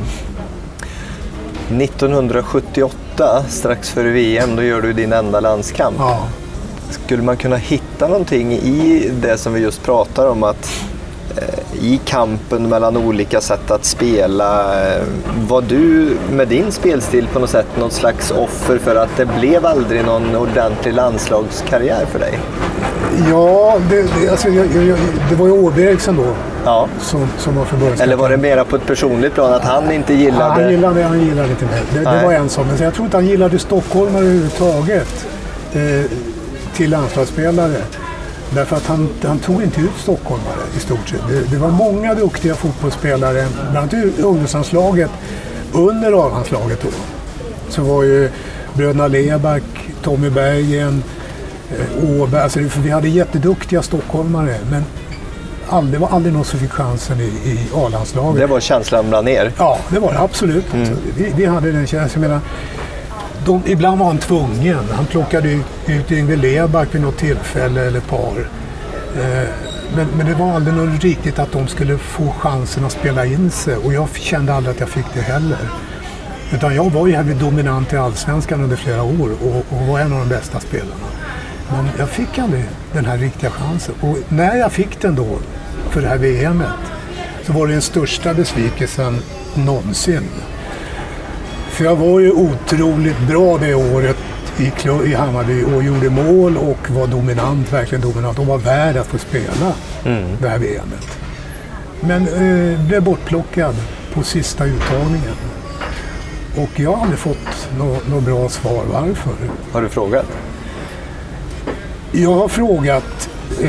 1978, strax före VM, då gör du din enda landskamp. Ja. Skulle man kunna hitta någonting i det som vi just pratar om, att i kampen mellan olika sätt att spela, var du med din spelstil på något sätt något slags offer för att det blev aldrig någon ordentlig landslagskarriär för dig? Ja, det var ju Åby Eriksson då som var förbundskapten. Eller var det mera på ett personligt plan att han inte gillade? Han gillade lite mer. Det var en sån, men jag tror inte han gillade Stockholm överhuvudtaget till landslagsspelare. Därför att han tog inte ut stockholmare i stort sett. Det var många duktiga fotbollsspelare, bland annat ungdomslandslaget, under A-landslaget då. Så var ju Bröderna Leback, Tommy Berggren, Åberg. Alltså, för vi hade jätteduktiga stockholmare, men det var aldrig någon som fick chansen i A-landslaget. Det var känslan bland er? Ja, det var det absolut. Vi hade den känslan. Jag menar, ibland var han tvungen. Han plockade ut Yngve Leback vid något tillfälle eller par. Men det var aldrig något riktigt att de skulle få chansen att spela in sig. Och jag kände aldrig att jag fick det heller. Utan jag var ju jävligt dominant i Allsvenskan under flera år och var en av de bästa spelarna. Men jag fick aldrig den här riktiga chansen. Och när jag fick den då för det här VMet så var det den största besvikelsen någonsin. För jag var ju otroligt bra det året i Hammarby och gjorde mål och var dominant, verkligen dominant, och var värd att få spela det här VMet. Men blev bortplockad på sista uttagningen. Och jag har aldrig fått något bra svar varför. Har du frågat? Jag har frågat.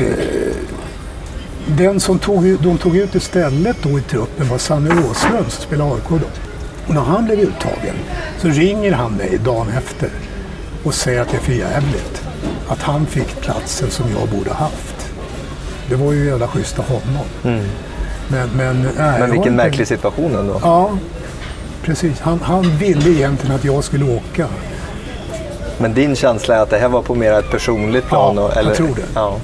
Den som de tog ut istället då i truppen var Sanne Åslund som spelade AIK då. Och när han blev uttagen så ringer han mig dagen efter och säger att det är för jävligt att han fick platsen som jag borde ha haft. Det var ju jävla schysst av honom. Men vilken märklig situation ändå. Ja, precis. Han ville egentligen att jag skulle åka. Men din känsla är att det här var på mer ett personligt plan? Ja, eller? Jag tror det. Ja.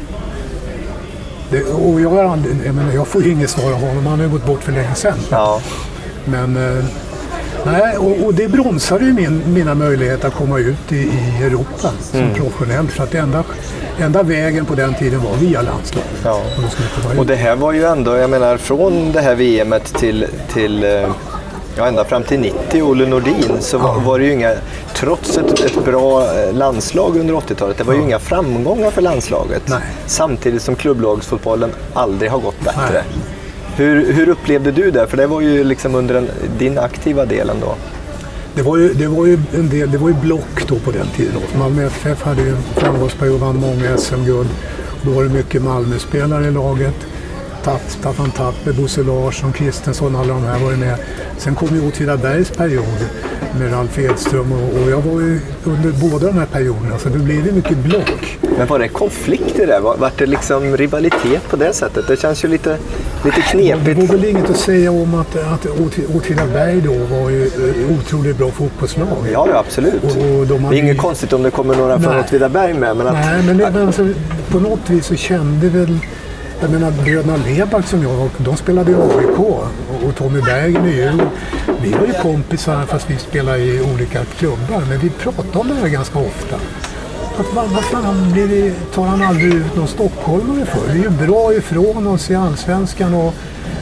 Och jag får ju inget svar av honom. Han har gått bort för länge sedan. Ja. Men nej, och det bromsade ju mina möjligheter att komma ut i Europa som professionell. För att enda vägen på den tiden var via landslaget. Ja. Och det här var ju ändå, jag menar, från det här VMet till ända fram till 90, Olle Nordin, så var det ju inga, trots ett bra landslag under 80-talet, det var ju inga framgångar för landslaget. Nej. Samtidigt som klubblagsfotbollen aldrig har gått bättre. Hur upplevde du det? För det var ju liksom under din aktiva delen då. Det var ju block då på den tiden. Malmö FF hade ju en framgångsperiod, vann många SM-guld. Då var det mycket Malmö-spelare i laget. Staffan Tappe, Bosse Larsson, Kristensson, alla de här var ju med. Sen kom ju Åtvidabergs period med Ralf Edström och jag var ju under båda de här perioderna, så det blev ju mycket block. Men var det konflikter där? Var det liksom rivalitet på det sättet? Det känns ju lite knepigt. Det var väl inget att säga om att Åtvidaberg då var ju otroligt bra fotbollslag. Ja, absolut. Det är inget konstigt om det kommer några från Åtvidaberg med. Men alltså, på något vis så kände väl, jag menar, bröderna Leback som jag, de spelade i AIK och Tommy Berggren i Djurgården. Vi var ju kompisar fast vi spelade i olika klubbar, men vi pratade om det här ganska ofta. Varför tar han aldrig ut någon stockholmare för? Vi är ju bra ifrån oss i Allsvenskan och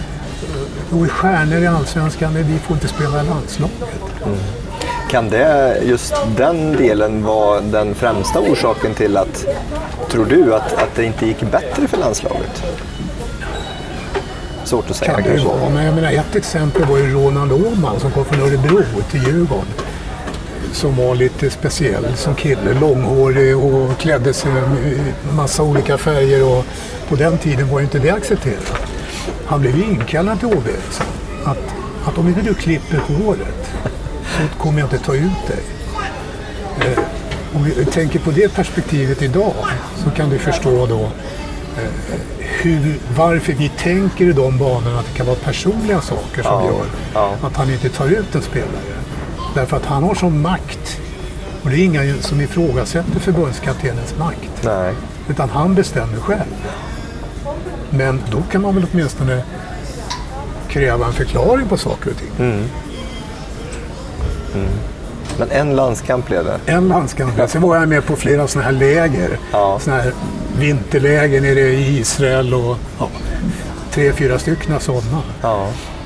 är stjärnor i Allsvenskan, men vi får inte spela i landslaget. Kan det, just den delen, vara den främsta orsaken till att, tror du, att det inte gick bättre för landslaget? Svårt att säga. Kan det vara, men jag menar, ett exempel var ju Ronald Åhman som kom från Örebro till Djurgården. Som var lite speciell som kille, långhårig och klädde sig med massa olika färger, och på den tiden var inte det accepterat. Han blev inkallad till ÅB att om inte du klipper håret så kommer jag inte ta ut dig. Om vi tänker på det perspektivet idag så kan du förstå då varför vi tänker i de banorna att det kan vara personliga saker som gör att han inte tar ut en spelare. Därför att han har sån makt, och det är ingen som ifrågasätter förbundskaptenens makt. Nej. Utan han bestämmer själv. Men då kan man väl åtminstone kräva en förklaring på saker och ting. Men en landskamp blev det? En landskamp. Sen var jag med på flera sådana här läger. Sådana här vinterläger nere i Israel och 3-4 stycken sådana. Ja.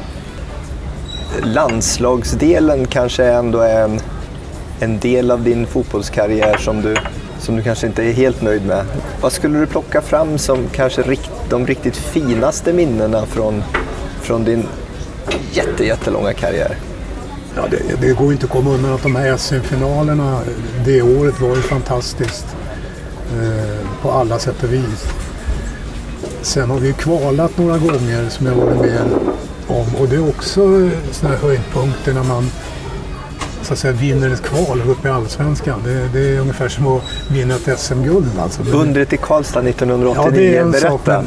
Landslagsdelen kanske ändå är en del av din fotbollskarriär som du kanske inte är helt nöjd med. Vad skulle du plocka fram som kanske de riktigt finaste minnena från din jättelånga karriär? Ja, det går inte att komma undan att de här SM-finalerna det året var ju fantastiskt på alla sätt och vis. Sen har vi kvalat några gånger som jag varit med om, och det är också såna här höjdpunkter när man så att säga, vinner ett kval upp i Allsvenskan. Det är ungefär som att vinna ett SM-guld. Alltså. Undret i Karlstad 1989, ja, det är en berätta.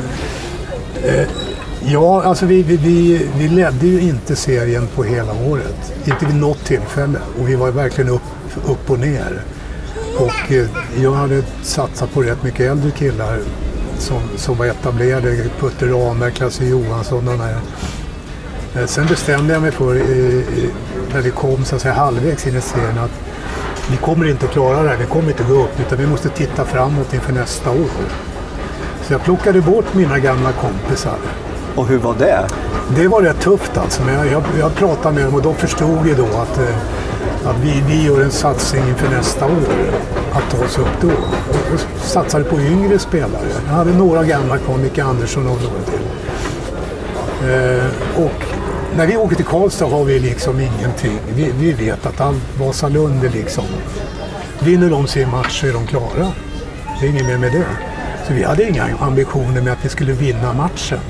Ja, alltså vi ledde ju inte serien på hela året. Inte vid något tillfälle. Och vi var verkligen upp och ner. Och jag hade satsat på rätt mycket äldre killar som var etablerade. Putte Ramberg, Klasse Johansson och där. Sen bestämde jag mig för, när vi kom så att säga, halvvägs in i serien, att vi kommer inte att klara det här. Vi kommer inte gå upp, utan vi måste titta framåt inför nästa år. Så jag plockade bort mina gamla kompisar. Och hur var det? Det var rätt tufft alltså, men jag pratade med dem och de förstod ju då att vi gör en satsning inför nästa år att ta oss upp då. Och satsade på yngre spelare. Jag hade några gamla kvar, Micke Andersson och några till. Och när vi åker till Karlstad har vi liksom ingenting. Vi vet att Vasalund är liksom, vinner de sin match så är de klara. Det är inget mer med det. Så vi hade inga ambitioner med att vi skulle vinna matchen.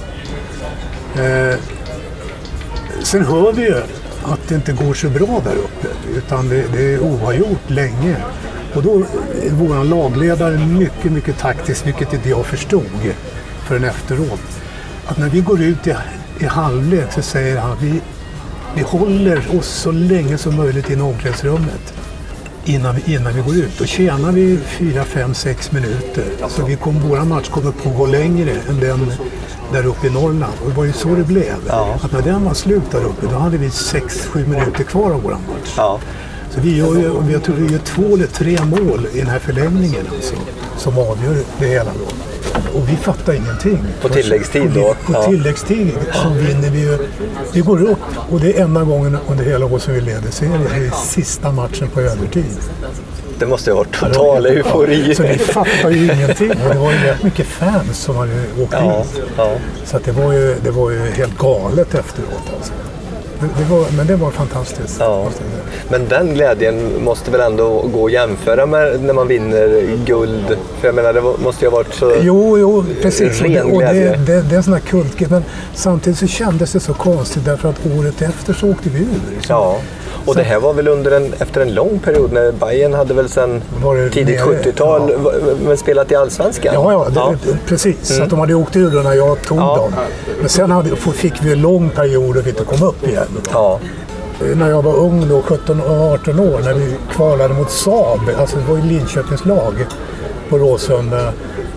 Sen hör vi ju att det inte går så bra där uppe, utan det är oavgjort länge. Och då är vår lagledare mycket, mycket taktisk, vilket inte jag förstod förrän efteråt. Att när vi går ut i halvlek så säger han att vi håller oss så länge som möjligt i omklädningsrummet innan vi går ut. Och tjänar vi 4, 5, 6 minuter så våra match kommer på att gå längre än den där uppe i Norrland. Och det var ju så det blev. Ja. Att när den var slut där uppe, då hade vi 6-7 minuter kvar av våran match. Ja. Så jag tror vi gör 2 eller 3 mål i den här förlängningen alltså, som avgör det hela då. Och vi fattar ingenting. På tilläggstid då? På tilläggstid så vinner vi ju. Vi går upp och det är enda gången under hela året som vi leder serien. Det är sista matchen på övertid. Det måste ju ha varit total eufori. Så vi fattar ju ingenting. Och det var ju rätt mycket fans som hade åkt dit. Ja. Så att det var ju helt galet efteråt alltså. Men det var fantastiskt. Ja. Men den glädjen måste väl ändå gå att jämföra med när man vinner guld? För jag menar, det måste ju ha varit så... Jo, precis. Och det är en sån här kultgrej. Men samtidigt så kändes det så konstigt därför att året efter så åkte vi ur. Liksom. Ja. Och så, det här var väl efter en lång period när Bayern hade väl sedan tidigt 70-tal men spelat i Allsvenskan? Ja, precis. Så att de hade åkt ur när jag tog dem. Men sen fick vi en lång period och vi inte kom upp igen. Ja. När jag var ung då, 17 och 18 år, när vi kvalade mot Saab, alltså det var ju Linköpings lag på Råsunda,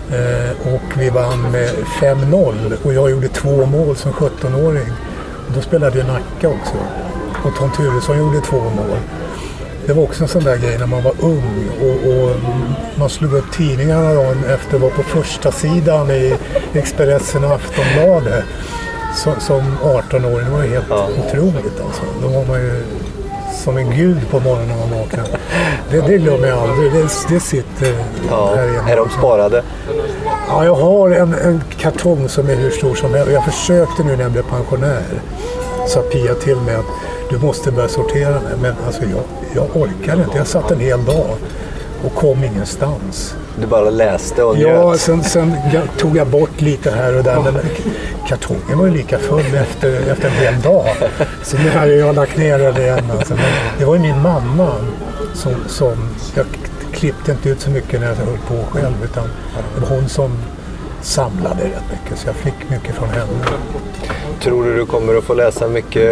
och vi vann med 5-0 och jag gjorde 2 mål som 17-åring. Och då spelade jag Nacka också. Och Tom Turesson gjorde 2 mål. Det var också en sån där grej när man var ung och man slog upp tidningarna dagen efter att vara på första sidan i Expressen och Aftonbladet som 18-åring. Det var ju helt otroligt alltså. Då var man ju som en gud på morgonen när man vaknar. Det glömmer jag aldrig. Det sitter här inne. Är de sparade? Ja, jag har en kartong som är hur stor som helst. Jag försökte nu när jag blev pensionär. Sa Pia till mig att du måste börja sortera det. Men alltså jag orkar inte. Jag satt en hel dag och kom ingenstans. Du bara läste och njöt? Ja, sen tog jag bort lite här och där. Men kartongen var ju lika full efter en hel dag. Så nu har jag lagt ner det igen. Alltså. Men det var ju min mamma som jag klippte inte ut så mycket när jag höll på själv. Utan det var hon som samlade rätt mycket. Så jag fick mycket från henne. Tror du kommer att få läsa mycket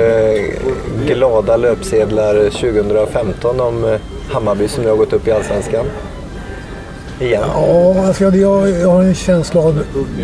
glada löpsedlar 2015 om Hammarby som nu har gått upp i Allsvenskan? Igen? Ja, alltså jag har en känsla av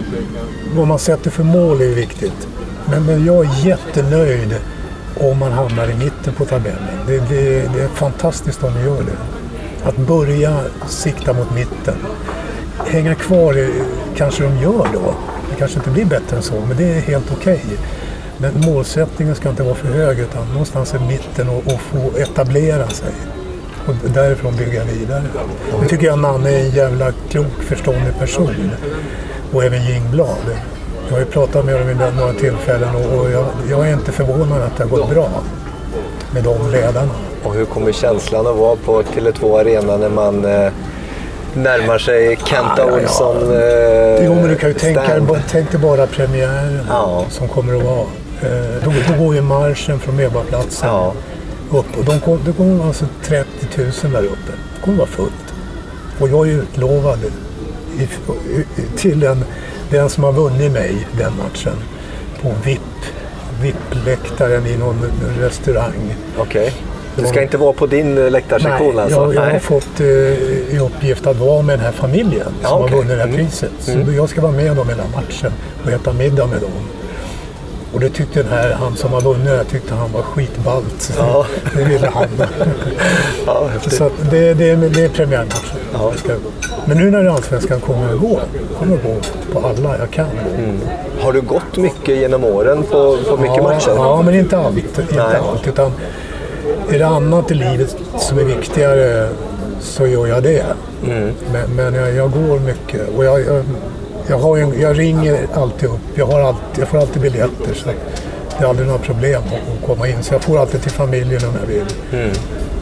vad man sätter för mål är viktigt. Men jag är jättenöjd om man hamnar i mitten på tabellen. Det är fantastiskt om ni gör det. Att börja sikta mot mitten. Hänga kvar kanske de gör då. Det kanske inte blir bättre än så, men det är helt okej. Men målsättningen ska inte vara för hög utan någonstans i mitten och få etablera sig. Och därifrån bygga vidare. Nu tycker jag att Nanne är en jävla klok, förstående person. Och även Jingblad. Jag har ju pratat med dem vid några tillfällen och jag är inte förvånad att det har gått bra med de ledarna. Och hur kommer känslan att vara på Tele2 Arena när man närmar sig Kenta Olsson Jo, men du kan ju tänka bara premiären som kommer att vara. Då går ju marschen från Medborgarplatsen upp. Och det kommer alltså 30 000 där uppe. Det kommer vara fullt. Och jag är utlovad till den som har vunnit mig den matchen på VIP-läktaren i någon restaurang. Okej. Du ska inte vara på din läktarsektion alltså? Nej, jag har fått i uppgift att vara med den här familjen som har vunnit det här priset. Så jag ska vara med dem hela matchen och äta middag med dem. Och det tyckte han som har vunnit, jag tyckte han var skitballt. Ja. Det ville han. Ja, så det är premiärmatchen. Ja. Men nu när Allsvenskan kommer att gå på alla jag kan. Har du gått mycket genom åren på mycket matcher? Ja, men inte allt. Utan är det annat i livet som är viktigare så gör jag det. Men jag går mycket. Och jag ringer alltid upp. Jag får alltid biljetter så det är aldrig några problem att komma in. Så jag får alltid till familjen om jag vill.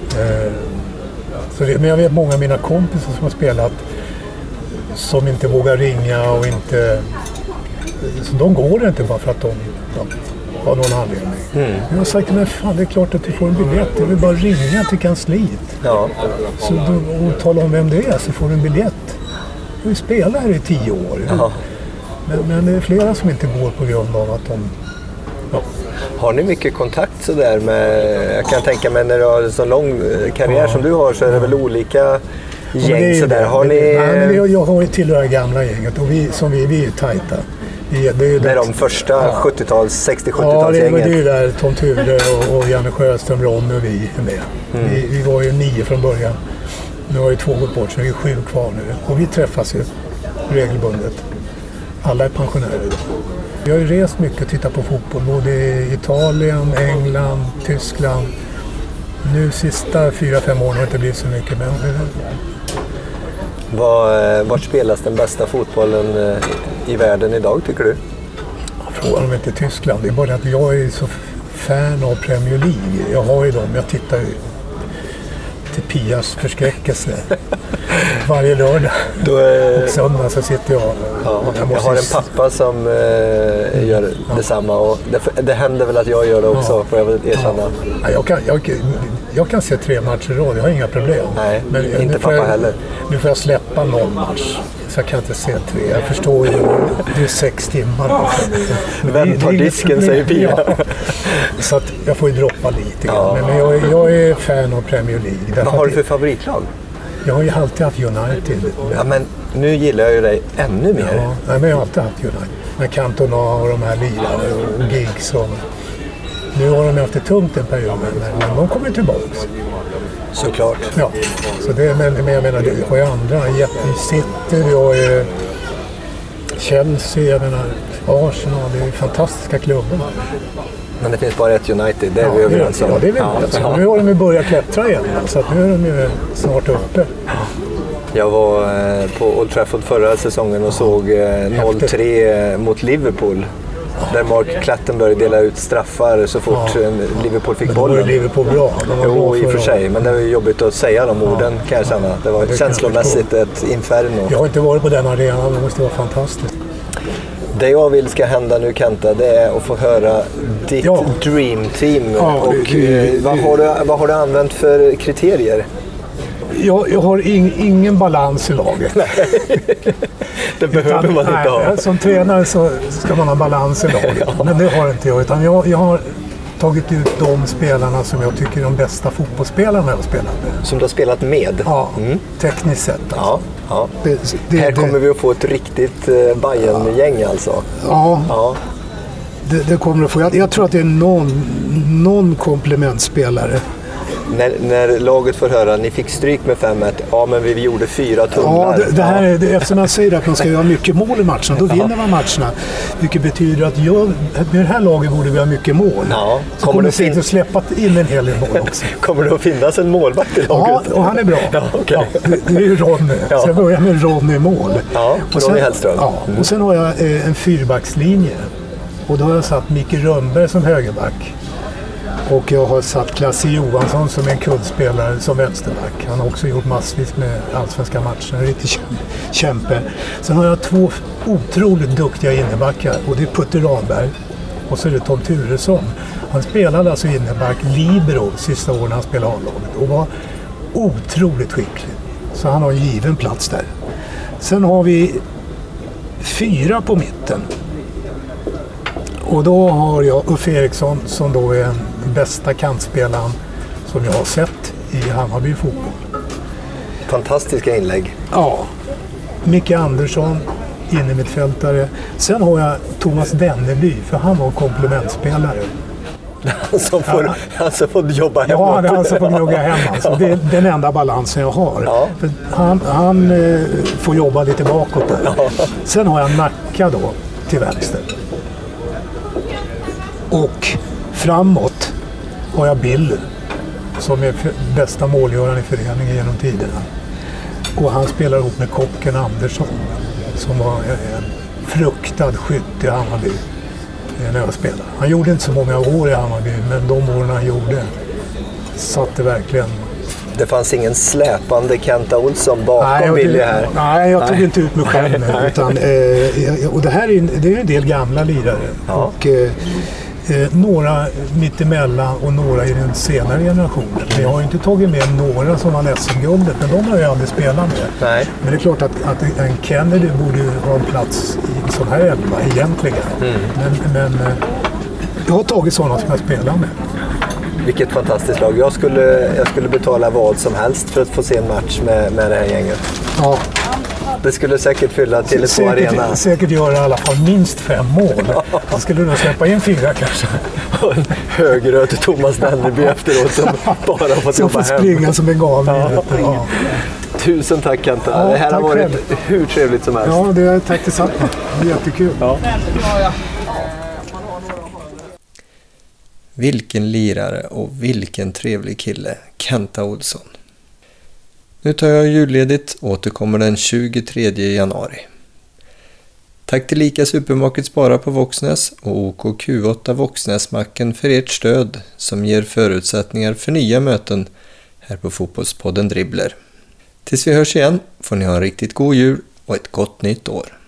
Men jag vet många av mina kompisar som har spelat som inte vågar ringa och inte... Så de går inte bara för att de har någon anledning. Jag har sagt, men fan det är klart att du får en biljett. Jag vill bara ringa till kansliet. Ja. Så och tala om vem det är så får du en biljett. Vi spelar här i 10 år. Ja. Men det är flera som inte går på grund av att de... Ja. Har ni mycket kontakt så där med... Jag kan tänka mig när du har en så lång karriär som du har så är det väl olika gäng så där. Har ni... Nej, jag har ju tillhör det gamla gänget och vi är ju tajta. Det är de första 70-tals, 60-70-talsgänget. Ja, det är ju där Tom Ture och Janne Sjöström, Ronny och vi är med. Vi var ju 9 från början. Nu har ju 2 gått bort så vi är 7 kvar nu. Och vi träffas ju regelbundet. Alla är pensionärer idag. Jag har ju rest mycket och tittat på fotboll. Både i Italien, England, Tyskland. Nu sista 4-5 åren har det inte blivit så mycket. Men... Vart spelas den bästa fotbollen i världen idag tycker du? Frågar de inte Tyskland. Det är bara att jag är så fan av Premier League. Jag har ju dem. Jag tittar ju till Pias förskräckelse varje lördag. Och söndag så sitter jag... Jag har en pappa som gör detsamma och det händer väl att jag gör det också får jag väl erkänna. Jag kan se 3 matcher i rad, jag har inga problem. Nej, men inte pappa heller. Nu får jag släppa någon match. Så jag kan inte se 3. Jag förstår ju, det är 6 timmar. Vem tar disken, säger Pia. Så att jag får ju droppa lite grann. Men jag är fan av Premier League. Vad har du för favoritlag? Jag har ju alltid haft United. Ja, men nu gillar jag ju dig ännu mer. Ja, men jag har alltid haft United. Med Cantona och de här lirare och Giggs. Nu har de haft det tungt en period, men de kommer tillbaka. Såklart. Ja, så det, men jag menar, det har ju andra. City, vi har ju Chelsea, jag menar Arsenal, det är fantastiska klubbar. Men det finns bara ett United, det är vi överens om. Ja, det är vi överens om. Nu har de ju börjat klättra igen, så att nu är de ju snart uppe. Jag var på Old Trafford förra säsongen och såg 0-3 mot Liverpool. Där Mark Clattenburg delade ut straffar så fort Liverpool fick bollen. Men då var Liverpool bra. Jo, i och för sig. Men det var jobbigt att säga de orden kan jag känna. Det var känslomässigt ett inferno. Jag har inte varit på den arenan, det måste vara fantastiskt. Det jag vill ska hända nu, Kenta, det är att få höra ditt dream team. Och vad har du använt för kriterier? Jag har ingen balans i laget. Det behöver man inte ha. Som tränare så ska man ha balans i laget. Men det har inte jag. Utan jag har tagit ut de spelarna som jag tycker är de bästa fotbollsspelarna jag har spelat med. Som du har spelat med? Ja, tekniskt sett. Alltså. Ja. Här kommer vi att få ett riktigt Bayern-gäng alltså. Ja. Det kommer att få. Jag tror att det är någon komplementspelare. När laget får höra att ni fick stryk med 5-1, men vi gjorde 4 tunnlar. Ja, det här är, eftersom man säger att man ska göra mycket mål i matcherna, då vinner man matcherna. Vilket betyder att med det här laget borde vi ha mycket mål. Ja, så kommer det att släppa in en hel del mål också. Kommer det att finnas en målvakt i laget? Ja, och han är bra. Ja, okay. Det är ju Ronny. Så jag börjar med Ronny i mål. Ja, Ronny Hellström. Ja, och sen har jag en 4-backslinje. Och då har jag satt Micke Rönnberg som högerback. Och jag har satt Klasse Johansson som en kuddspelare som vänsterback. Han har också gjort massvis med allsvenska matcher. En riktig kämpe. Sen har jag 2 otroligt duktiga innebackar. Och det är Putte Ramberg Och så är det Tom Turesson. Han spelade alltså inneback libero sista åren han spelade A-laget och var otroligt skicklig. Så han har en given plats där. Sen har vi 4 på mitten. Och då har jag Uffe Eriksson som då är den bästa kantspelaren som jag har sett i Hammarby fotboll. Fantastiska inlägg. Ja. Micke Andersson, innermittfältare. Sen har jag Thomas Denneby, för han var komplementspelare. Han som får jobba hemma. Ja, han som får jobba hemma. Alltså, det är den enda balansen jag har. Ja. För han får jobba lite bakåt där. Ja. Sen har jag Nacka då till vänster. Och framåt har jag Bill som är bästa målgöraren i föreningen genom tiderna. Och han spelar ihop med kocken Andersson som var en fruktad skytt i Hammarby när jag spelade. Han gjorde inte så många år i Hammarby, men de åren han gjorde satte verkligen... Det fanns ingen släpande Kenta Olsson bakom Billy här? Nej, jag tog inte ut mig själv nu. Utan, och det här är en del gamla lirare. Ja. Och några mittemellan och några i den senare generationen. Vi har ju inte tagit med några som har SM-guldet, men de har ju aldrig spelat med. Nej. Men det är klart att en Kennedy borde ha en plats i en sån här elva egentligen. Men jag har tagit sådana som jag spelar med. Vilket fantastiskt lag. Jag skulle betala vad som helst för att få se en match med det här gänget. Ja. Det skulle säkert fylla till ett arena. Säkert göra i alla fall minst 5 mål. Då skulle du släppa in 4 kanske. En högröd Thomas Denneby efteråt som bara fått jobba hem. Som får springa som en galning. Ja. Tusen tack Kenta. Ja, det här har varit hur trevligt som helst. Ja, det är tack detsamma. Det är jättekul. Ja. Vilken lirare och vilken trevlig kille, Kenta Olsson. Nu tar jag julledigt och återkommer den 23 januari. Tack till Lika Supermarket Spara på Våxnäs och OKQ8 Våxnäsmacken för ert stöd som ger förutsättningar för nya möten här på Fotbollspodden Dribbler. Tills vi hörs igen får ni ha en riktigt god jul och ett gott nytt år.